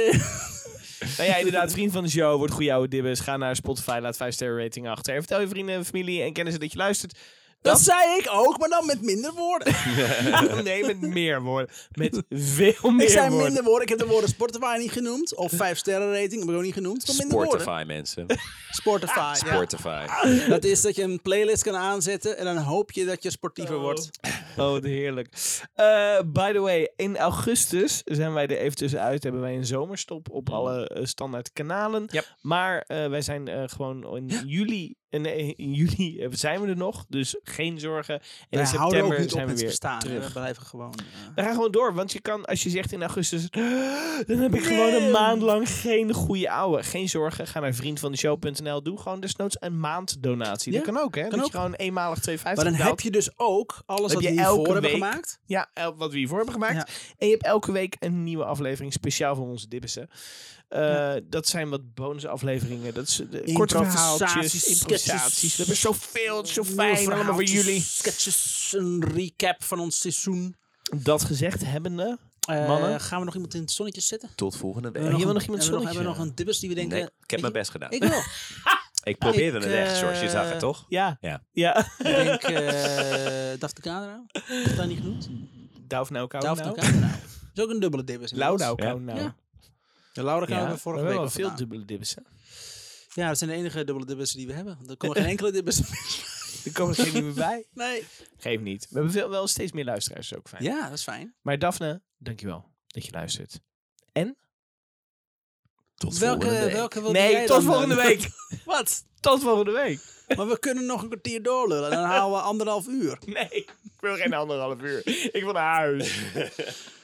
Nou ja, inderdaad, vriend van de show, wordt goede oude dibbes. Ga naar Spotify, laat 5-sterren rating achter. En vertel je vrienden en familie en kennissen dat je luistert. Dat zei ik ook, maar dan met minder woorden. Nee, met meer woorden. Met veel meer Ik zei woorden. minder woorden. Ik heb de woorden Spotify niet genoemd. Of 5-sterren rating. heb ik ook niet genoemd. Tot minder woorden. Sportify, mensen. Spotify. Ja. Sportify. Dat is dat je een playlist kan aanzetten. En dan hoop je dat je sportiever wordt. Oh, wat heerlijk. By the way, in augustus zijn wij er even tussenuit. Hebben wij een zomerstop op alle standaard kanalen. Yep. Maar wij zijn gewoon in juli... in juli zijn we er nog. Dus geen zorgen. En Wij in houden ook september niet op zijn we met weer bestaan. terug. We blijven gewoon... We gaan gewoon door, want je kan, als je zegt in augustus, dan heb ik gewoon een maand lang geen goede ouwe. Geen zorgen, ga naar vriendvandeshow.nl, doe gewoon desnoods een maanddonatie. Ja, Dat kan ook, hè? kan dat ook. je gewoon eenmalig 2,50 Maar dan betaalt. heb je dus ook alles Heb wat je we hiervoor elke hebben week- gemaakt. Ja, wat we hiervoor hebben gemaakt. Ja. En je hebt elke week een nieuwe aflevering speciaal voor onze dibbissen. Dat zijn wat bonusafleveringen. Dat is korte verhaaltjes, improvisaties. We hebben zoveel, het is zo fijn, allemaal voor jullie. Sketches, een recap van ons seizoen. Dat gezegd hebbende, mannen. Gaan we nog iemand in het zonnetje zetten? Tot volgende week. Hebben we nog iemand hebben we zonnetje? nog een dibbes die we denken... Nee, ik heb mijn best gedaan. Ik wel. Ik probeerde Ik, het echt, George. Je zag het, toch? Ja. Ja. Ja. Ik denk Daphne Caderouw. Is dat niet genoemd? Dauf nou, kou Daphne nou. Caderouw. Is ook een dubbele dibbes. Lauw nou, Ja. kou nou. Ja. De Laura Ja, hebben we we vorige hebben week wel al veel gedaan. dubbele dibbes. Hè? Ja, dat zijn de enige dubbele dibbes die we hebben. Er komen geen enkele dibbes. Er komen er geen meer bij. Nee. Geef niet. We hebben wel steeds meer luisteraars, dat is ook fijn. Ja, dat is fijn. Maar Daphne, dankjewel dat je luistert. En? Tot volgende week. Welke wilde jij Nee, tot dan, volgende week. Wat? Tot volgende week. Maar we kunnen nog een kwartier doorlullen. Dan halen we 1,5 uur. Nee, ik wil geen 1,5 uur. Ik wil naar huis.